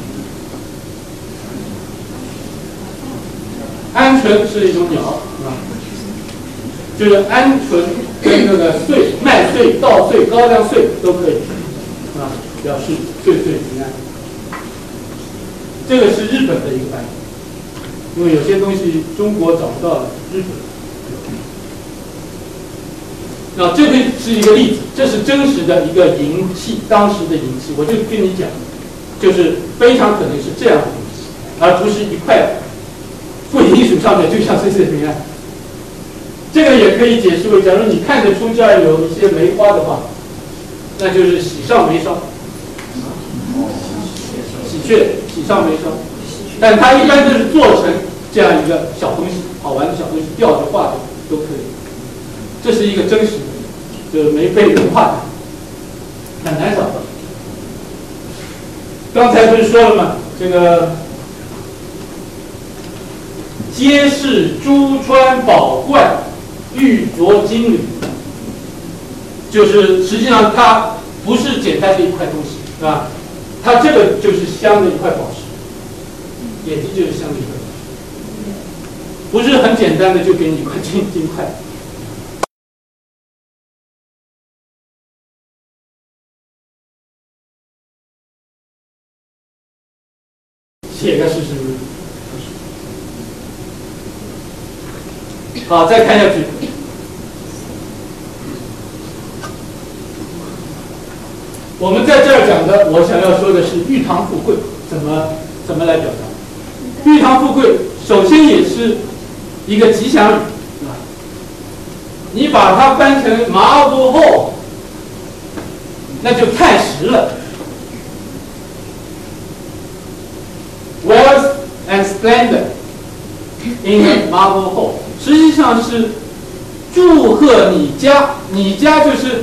鹌鹑是一种鸟，啊，就是鹌鹑跟那个穗、麦穗、稻穗、高粱穗都可以，啊，表示岁岁平安。这个是日本的一个版本，因为有些东西中国找不到了，日本。那这个是一个例子，这是真实的一个银器，当时的银器，我就跟你讲，就是非常可能是这样的东西，而不是一块贵金属上面就像岁岁平安。这个也可以解释为，假如你看得出这儿有一些梅花的话，那就是喜上眉梢，喜鹊喜上眉梢，但它一般都是做成这样一个小东西，好玩的小东西，吊着画的都可以。这是一个真实的，就是没被文化的，很难找到。刚才不是说了吗？这个皆是珠川宝冠，玉琢金缕，就是实际上它不是简单的一块东西，是吧？它这个就是镶的一块宝石，眼睛就是镶的一块宝石，不是很简单的就给你一块金块。写个事实如意。好，再看下去。我们在这儿讲的，我想要说的是玉堂富贵怎么来表达？玉堂富贵首先也是一个吉祥语，你把它翻成marble hall，那就太实了。Wealth and splendor in a marble hall， 实际上是祝贺你家，你家就是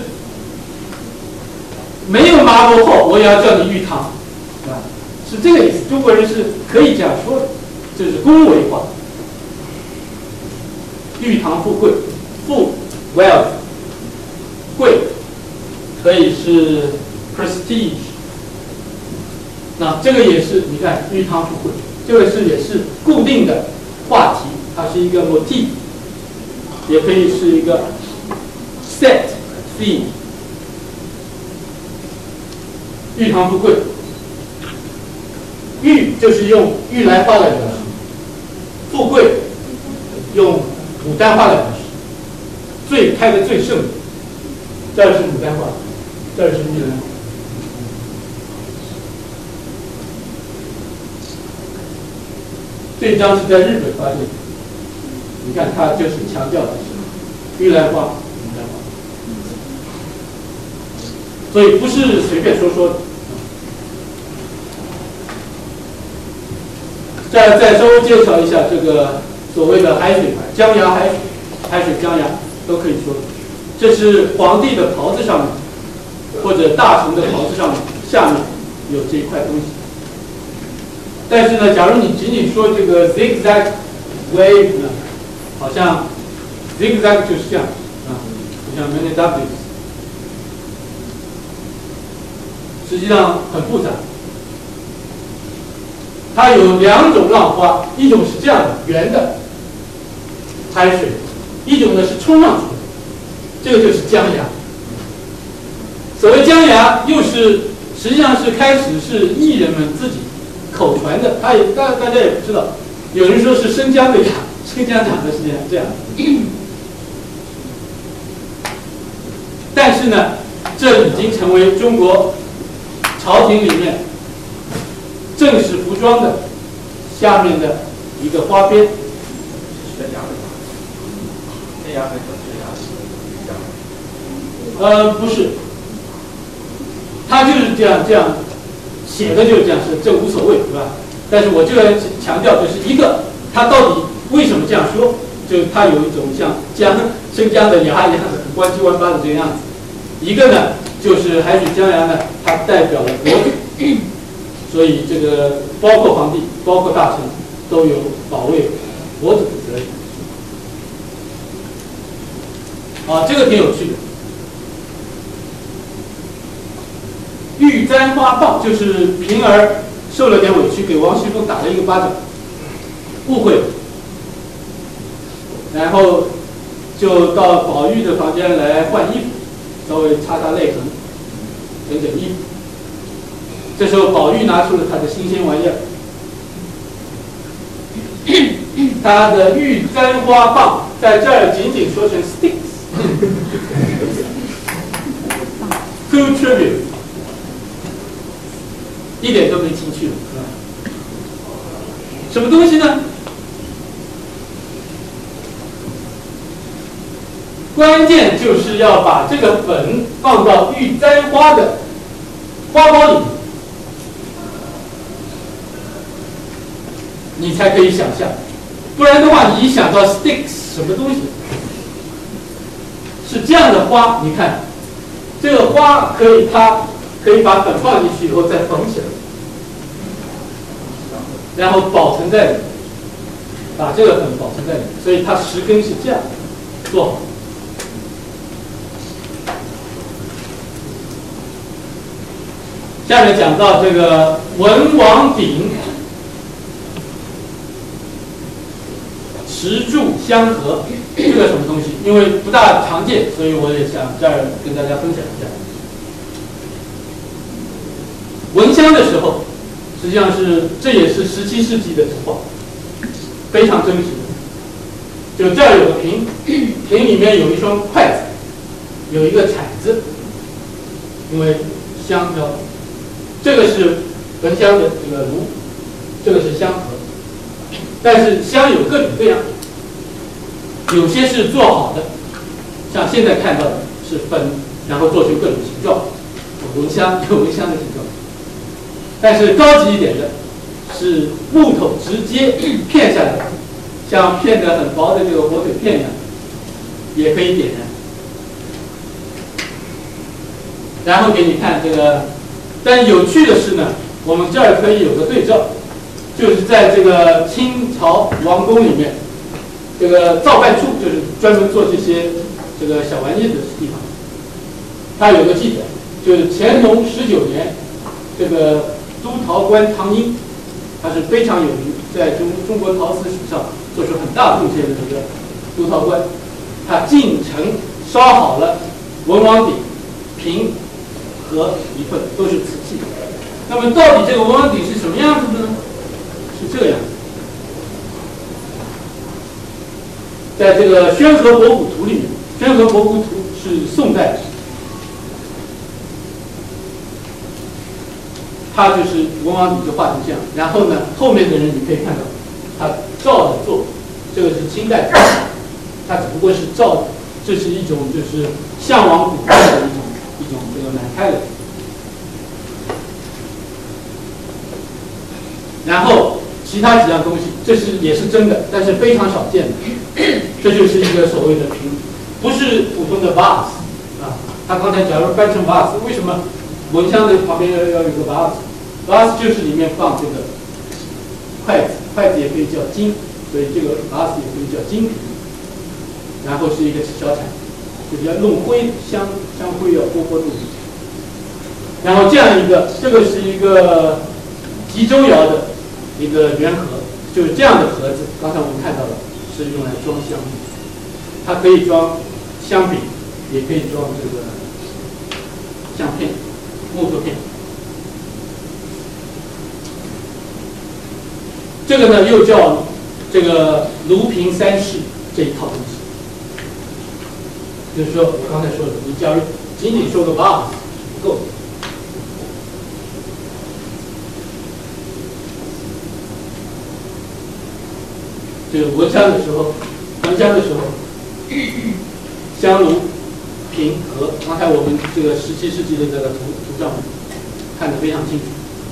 没有 marble hall， 我也要叫你玉堂，是这个意思。中国人是可以这样说的，这是恭维话。玉堂富贵，富 wealth， 贵可以是 prestige。那这个也是，你看玉堂富贵，这个也是固定的话题，它是一个 motif， 也可以是一个 set theme。玉堂富贵，玉就是用玉兰花来表示，富贵用牡丹花来表示，最开的最盛， 这儿是牡丹花，这儿是玉兰花。这张是在日本发现的，你看它就是强调的是玉兰花、牡丹花，所以不是随便说说的。再稍微介绍一下这个所谓的海水牌，江崖海水、海水江崖都可以说。这是皇帝的袍子上面，或者大臣的袍子上面，下面有这一块东西。但是呢，假如你仅仅说这个 zigzag wave 呢，好像 zigzag 就是这样啊，就像 many W's， 实际上很复杂。它有两种浪花，一种是这样的圆的海水，一种呢是冲上去的，这个就是江崖。所谓江崖，又是实际上是开始是艺人们自己口传的，大家也不知道，有人说是生姜的崖，生姜长的是这样的。但是呢，这已经成为中国朝廷里面正式服装的下面的一个花边。 悬崖的悬崖还是悬崖？不是，他就是这样写的，就是这样是，这无所谓，对吧？但是我就要强调，就是一个，他到底为什么这样说？就是他有一种像生姜的芽一样的很弯七弯八的这个样子。一个呢，就是海水江崖呢，它代表了国土。所以这个包括皇帝、包括大臣都有保卫国土的责任。这个挺有趣的。玉簪花棒就是平儿受了点委屈，给王熙凤打了一个巴掌，误会了，然后就到宝玉的房间来换衣服，稍微擦擦泪痕，整整衣服。这时候，宝玉拿出了他的新鲜玩意儿，他的玉簪花棒在这儿仅仅说成 sticks，too trivial， 一点都没情趣了，是吧？什么东西呢？关键就是要把这个粉放到玉簪花的花苞里面。你才可以想象，不然的话，你一想到 sticks 什么东西，是这样的花，你看，这个花它可以把粉放进去以后再缝起来，然后保存在里面，把这个粉保存在里面，所以它10根是这样做好。下面讲到这个文王鼎。石柱相合，这个什么东西？因为不大常见，所以我也想这儿跟大家分享一下。闻香的时候，实际上这也是17世纪的图画，非常真实的。就这儿有个瓶，瓶里面有一双筷子，有一个铲子，因为香要，这个是焚香的这个炉，这个是香盒。但是香有各种各样，有些是做好的，像现在看到的是粉，然后做出各种形状，有蚊香的形状。但是高级一点的是木头直接片下来，像片的很薄的这个火腿片一样，也可以点燃。然后给你看这个，但有趣的是呢，我们这儿可以有个对照。就是在这个清朝王宫里面，这个造办处就是专门做这些这个小玩意的地方。他有个记载，就是乾隆19年，这个督陶官唐英，他是非常有名，在中国陶瓷史上做出很大贡献的这个督陶官，他进城烧好了文王鼎、瓶和一份，都是瓷器。那么到底这个文王鼎是什么样子的呢？是这个样子，在这个《宣和博古图》里面，《宣和博古图》是宋代他就是文王笔就画成这样，然后呢，后面的人你可以看到，他照着做，这个是清代，他只不过是照，这是一种就是向往古代的一种这个满开的。然后其他几样东西，这是也是真的，但是非常少见的，这就是一个所谓的瓶，不是普通的 vase 啊。他刚才假如翻成 vase， 为什么蚊香的旁边要有个 vase？vase 就是里面放这个筷子，筷子也可以叫金，所以这个 vase 也可以叫金瓶。然后是一个小铲，就是要弄灰香灰要拨弄。然后这样一个，这个是一个吉州窑的一个圆盒，就是这样的盒子。刚才我们看到了，是用来装香的，它可以装香饼，也可以装这个香片、木头片。这个呢，又叫这个炉瓶三式这一套东西。就是说，我刚才说的，你假如仅仅说个 vase 不够。这个闻香的时候，香炉、瓶、盒，刚才我们这个17世纪的这个图上看得非常清楚。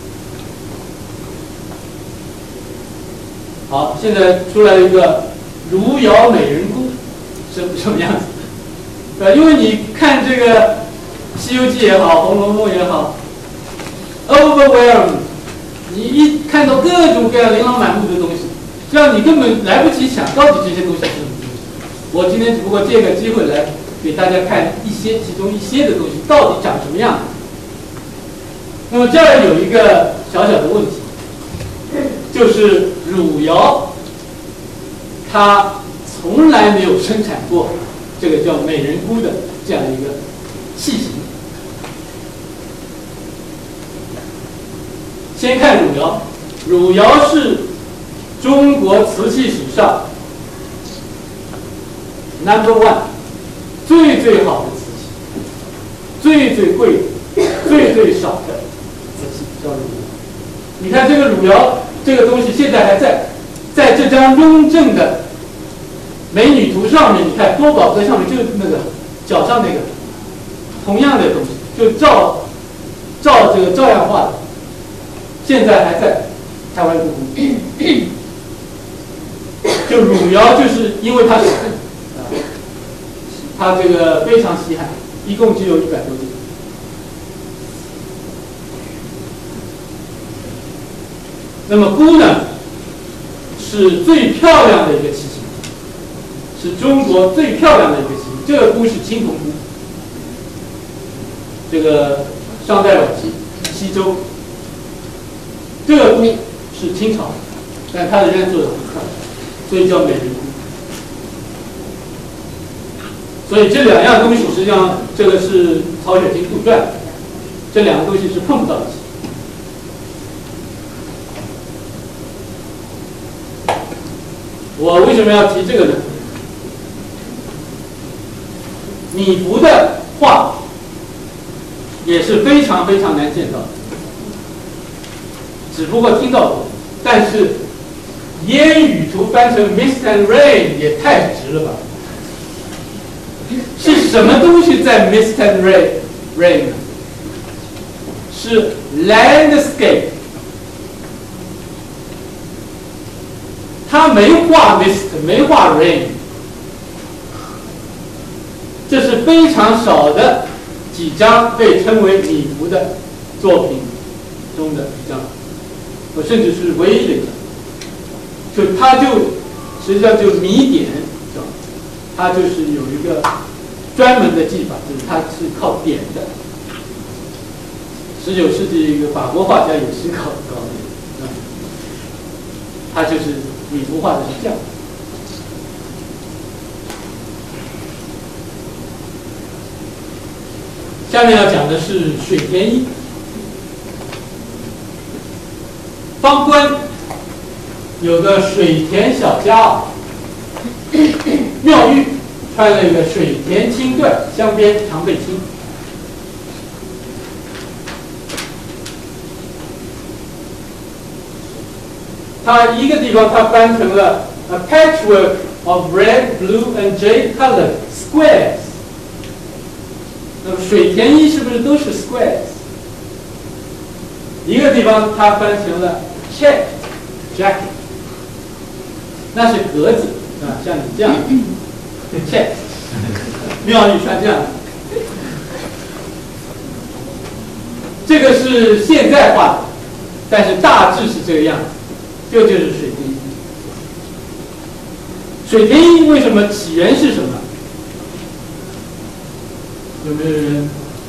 好，现在出来一个汝窑美人菇，什么样子？因为你看这个《西游记》也好，《红楼梦》也好 ，overwhelmed， 你一看到各种各样琳琅满目的东西，这样你根本来不及想到底这些东西是什么东西。我今天只不过借个机会来给大家看其中一些的东西到底长什么样。那么这儿有一个小小的问题，就是汝窑它从来没有生产过这个叫美人菇的这样一个器型。先看汝窑，汝窑是中国瓷器史上 No.1 最好的瓷器，最贵的、最少的瓷器叫汝窑。你看这个汝窑这个东西现在还在这张雍正的美女图上面，你看多宝格上面就是那个脚上那个同样的东西，就照这个照样画的，现在还在台湾故宫。就汝窑就是因为它是它这个非常稀罕，一共只有100多斤。那么菇呢，是最漂亮的一个器型。是中国最漂亮的一个器型，这个菇是青铜菇，这个商代晚期西周，这个菇是清朝，但它仍然做得很漂亮，所以叫美人菇。所以这两样东西实际上，这个是曹雪芹杜撰，这两个东西是碰不到一起。我为什么要提这个呢？米芾的画也是非常难见到的，只不过听到过，但是烟雨图翻成 Mist and Rain 也太直了吧？是什么东西在 Mist and Rain 呢？是 landscape， 他没画 mist， 没画 rain。这是非常少的几张被称为米芾的作品中的一张，甚至是唯一的一张。就它就实际上就米点，它就是有一个专门的技法，就是它是靠点的。19世纪一个法国画家也是搞的，他就是米芾画的是这样。下面要讲的是水田一，方官有个水田小家啊，妙玉穿了一个水田青缎，镶边常备青。 它一个地方它翻成了 a patchwork of red, blue and jade colored squares。那么水田衣是不是都是 squares？ 一个地方它翻成了 checked jacket， 那是格子啊，像你这样 check， 妙丽穿这样的。这个是现代化的，但是大致是这个样子，这就是水田衣。水田衣为什么起源是什么？有没有人？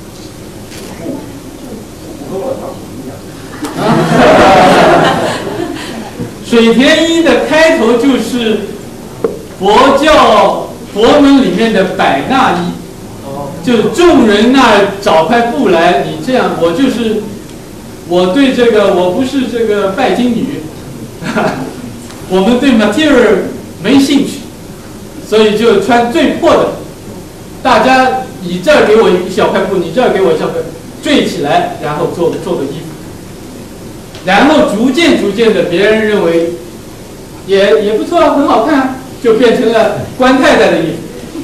水田衣的开头就是佛教佛门里面的百衲衣，就众人那儿找块布来，你这样，我对这个我不是这个拜金女，我们对 material 没兴趣，所以就穿最破的，大家你这儿给我一小块布，你这儿给我一小块，缀起来，然后做个衣服。然后逐渐的，别人认为也不错，很好看，就变成了官太太的衣服。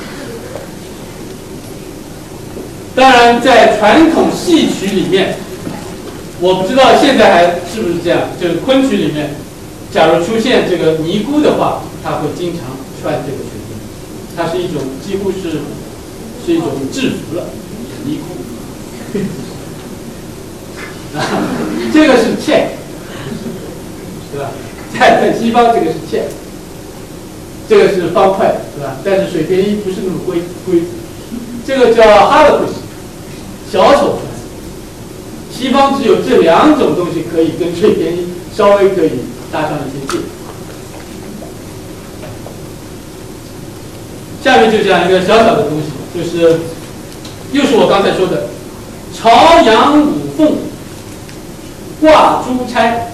当然，在传统戏曲里面，我不知道现在还是不是这样，就是昆曲里面，假如出现这个尼姑的话，她会经常穿这个水田衣，它是一种几乎是一种制服了，尼姑。这个是 check， 对吧？在西方这个是 check， 这个是方块，对吧？但是水田衣不是那么规则，这个叫 harlequin， 小丑穿。西方只有这两种东西可以跟水田衣稍微可以搭上一些界。下面就讲一个小小的东西，就是又是我刚才说的朝阳五凤。挂珠钗，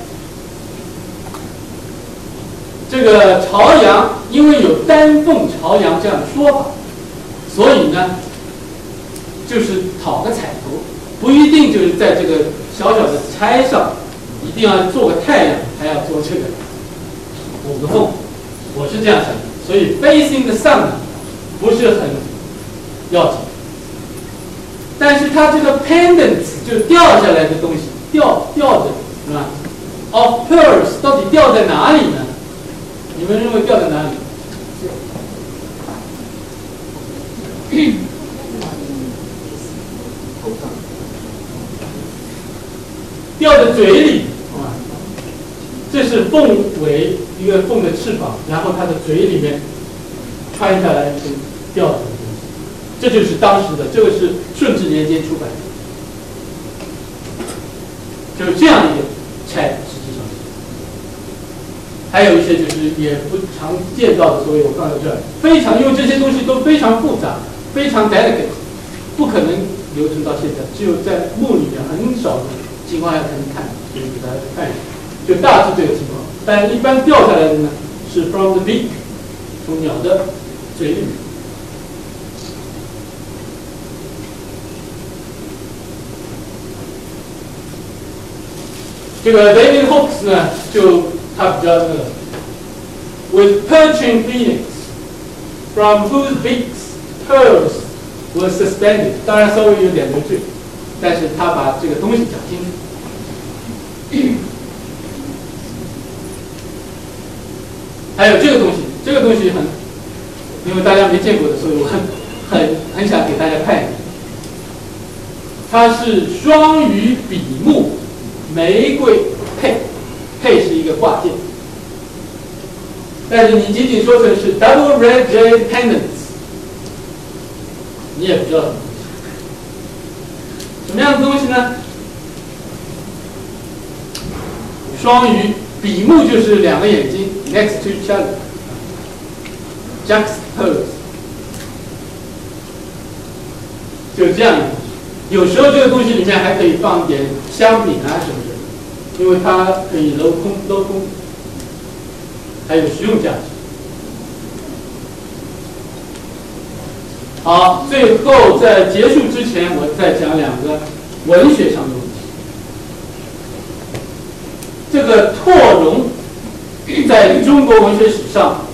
这个朝阳，因为有丹凤朝阳这样的说法，所以呢，就是讨个彩头，不一定就是在这个小小的钗上，一定要做个太阳，还要做这个五个凤，我是这样想的。所以 facing the sun 不是很要紧，但是它这个 pendants 就掉下来的东西。吊着是吧 ？Of pearls 到底吊在哪里呢？你们认为吊在哪里？吊在嘴里啊！这是凤尾，一个凤的翅膀，然后它的嘴里面穿下来就吊着的东西，这就是当时的，这个是顺治年间出版的。就是这样一个钗，实际上还有一些就是也不常见到的，所以我放在这儿，非常因为这些东西都非常复杂，非常 delicate， 不可能留存到现在，只有在墓里面很少的情况下才能看，所以给大家看一下，就大致这个情况。但一般掉下来的呢是 from the beak， 从鸟的嘴里面。这个 David Hawkes 呢，就他比较那个 ，with perching phoenix from whose beaks pearls were suspended， 当然稍微有点流赘，但是他把这个东西讲清楚。还有这个东西很，因为大家没见过的，所以我很想给大家看一下。它是双鱼比目。玫瑰配是一个挂件，但是你仅仅说成是 double red jade pendants， 你也不知道什么样的东西呢？双鱼比目就是两个眼睛 next to each other， juxtaposed， 就是这样一个东西。有时候这个东西里面还可以放一点香饼啊什么的，因为它可以镂空，还有实用价值。好，最后在结束之前，我再讲两个文学上的问题。这个拓绒在中国文学史上，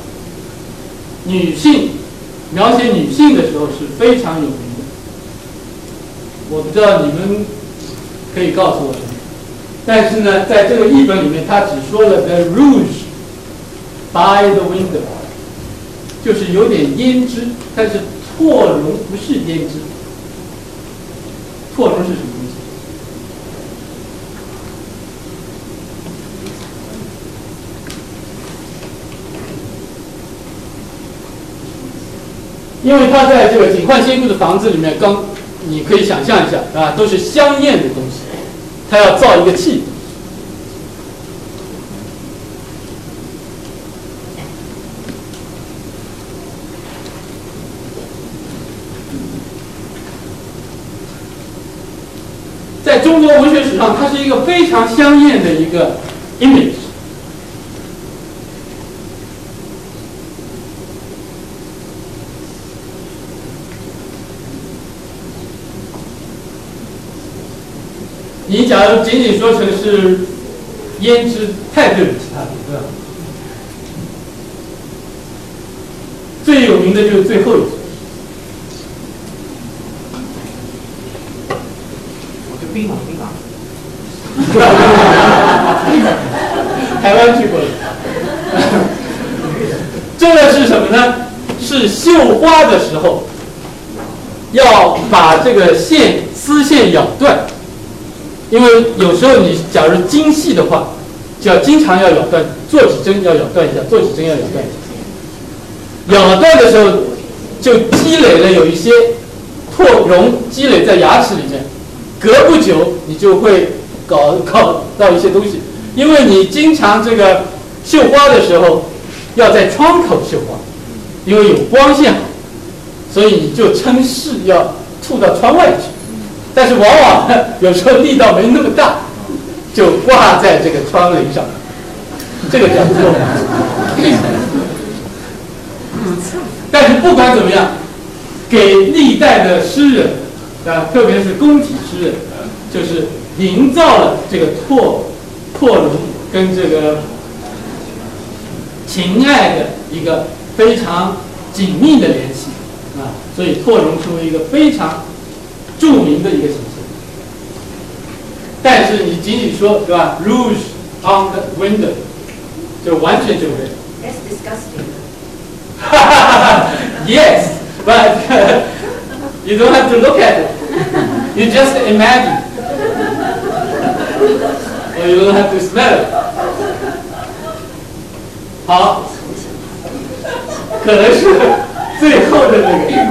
描写女性的时候是非常有名的。我不知道你们可以告诉我什么，但是呢，在这个译本里面，他只说了 the rouge by the window， 就是有点胭脂，但是拓绒不是胭脂。拓绒是什么东西？因为它在这个景焕仙姑的房子里面，你可以想象一下啊，都是香艳的东西，它要造一个气氛。在中国文学史上，它是一个非常香艳的一个 image。你假如仅仅说成是胭脂，太对不起他了，对吧？最有名的就是最后一句。 我就槟榔。 台湾去过了。这个是什么呢？是绣花的时候，要把这个丝线咬断。因为有时候你假如精细的话，就要经常要咬断，做几针要咬断一下，做几针要咬断一下。咬断的时候就积累了有一些拓绒，积累在牙齿里面，隔不久你就会搞到一些东西。因为你经常这个绣花的时候要在窗口绣花，因为有光线好，所以你就趁势要吐到窗外去。但是往往有时候力道没那么大，就挂在这个窗棂上，这个叫做。但是不管怎么样，给历代的诗人啊，特别是宫体诗人，就是营造了这个拓绒跟这个情爱的一个非常紧密的联系啊，所以拓绒成为一个非常著名的一个形象。但是你仅仅说对吧 ？Rouge on the window， 就完全就没有。 That's disgusting. Yes, but you don't have to look at it. You just imagine. Or you don't have to smell it. 好，可能是最后的那个。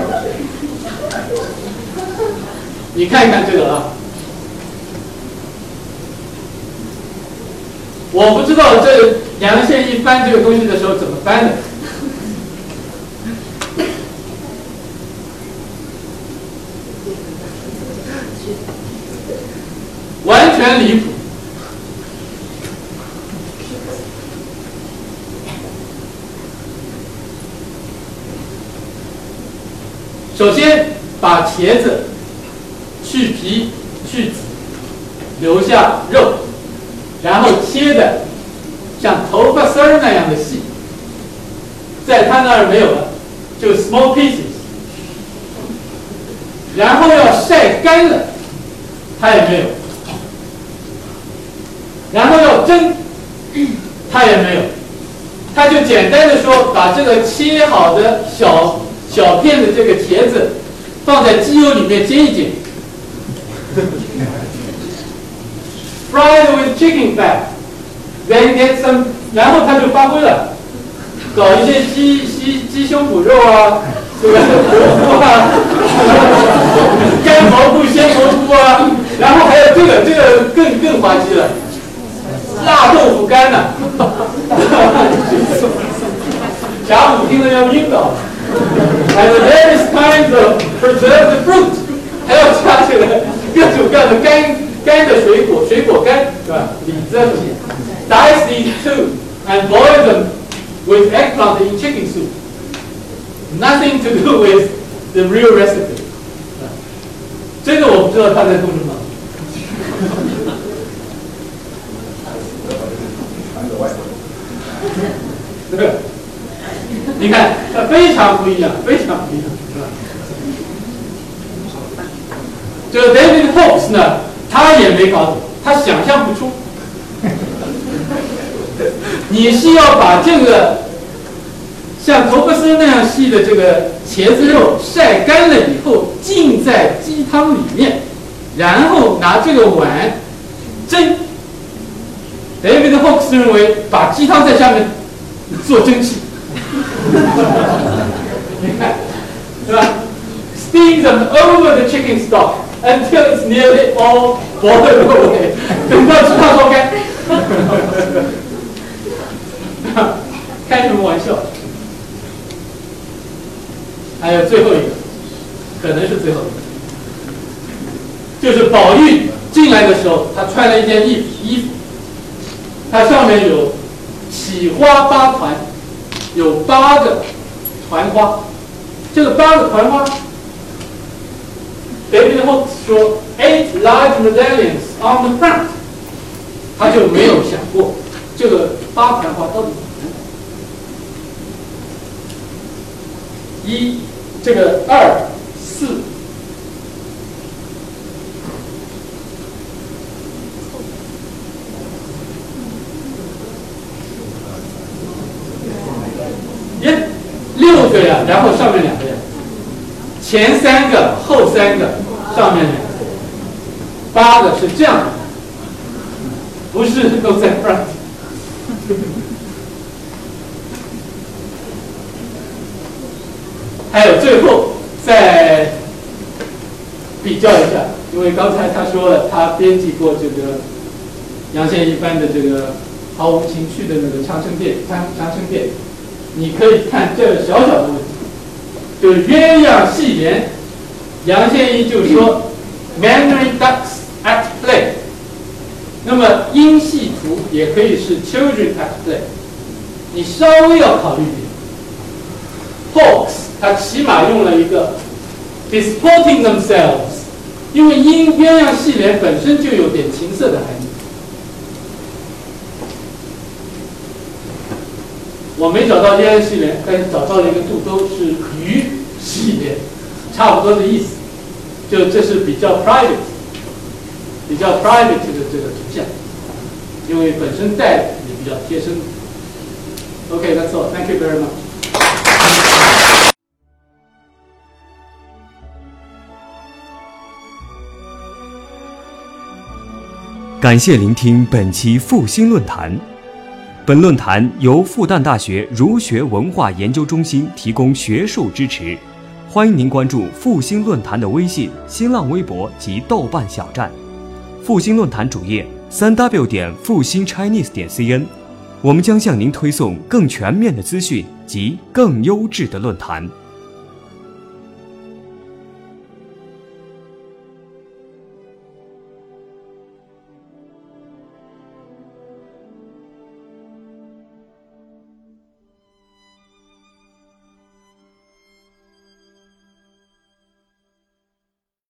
你看一看这个啊，我不知道这杨宪一翻这个东西的时候怎么翻的。完全离谱。首先把茄子去皮去籽，留下肉，然后切的像头发丝儿那样的细，在他那儿没有了，就 small pieces， 然后要晒干了，他也没有。然后要蒸，他也没有，他就简单的说，把这个切好的小片的这个茄子放在鸡油里面煎一煎，fried with chicken fat， then get some， 然后他就发挥了，搞一些鸡胸脯肉啊，这个蘑菇啊，干蘑菇、鲜蘑菇啊，然后还有这个更滑稽了。辣豆腐干呢、贾母听了要晕倒。And various kinds of preserved fruit， 还要加这个各种各样的干的水果干，是吧？李子 ，dice these two and boil them with eggplant in chicken soup. Nothing to do with the real recipe。这个我不知道他在做什么。 对吧？你看，它非常不一样，非常不一样，是吧？这个 David Hawkes 呢，他也没搞懂，他想象不出。你是要把这个像头发丝那样细的这个茄子肉晒干了以后浸在鸡汤里面，然后拿这个碗蒸。David Hawkes 认为把鸡汤在下面做蒸汽，你看，对吧 ？Steam them over the chicken stock until it's nearly all boiled away， 等到鸡汤烧干。开什么玩笑？还有最后一个，可能是最后一个，就是宝玉进来的时候，他穿了一件衣服，它上面有起花8团，有8个团花。这个8个团花 ，David Hawkes 说 8 large medallions on the front， 他就没有想过这个8团花到底。这个2、4，6个呀，然后上面2个呀，前3个，后3个，上面2个，8个是这样的，不是都在 front。还有最后再比较一下，因为刚才他说了，他编辑过这个杨宪一班的这个毫无情趣的那个长生殿，你可以看这个小小的问题，就是鸳鸯戏联，杨宪一就说 Mandarin ducks at play， 那么音戏图也可以是 children at play， 你稍微要考虑一点。Hawkes 他起码用了一个 disporting themselves， 因为鸳鸯戏联本身就有点情色的含义。我没找到鸳鸯戏联，但是找到了一个肚兜是鱼戏联，差不多的意思。就这是比较 private 的这个图像，因为本身带也比较贴身。Okay, that's all. Thank you very much. 感谢聆听本期复兴论坛。本论坛由复旦大学儒学文化研究中心提供学术支持，欢迎您关注复兴论坛的微信、新浪微博及豆瓣小站。复兴论坛主页3w 复兴 Chinese.cn， 我们将向您推送更全面的资讯及更优质的论坛。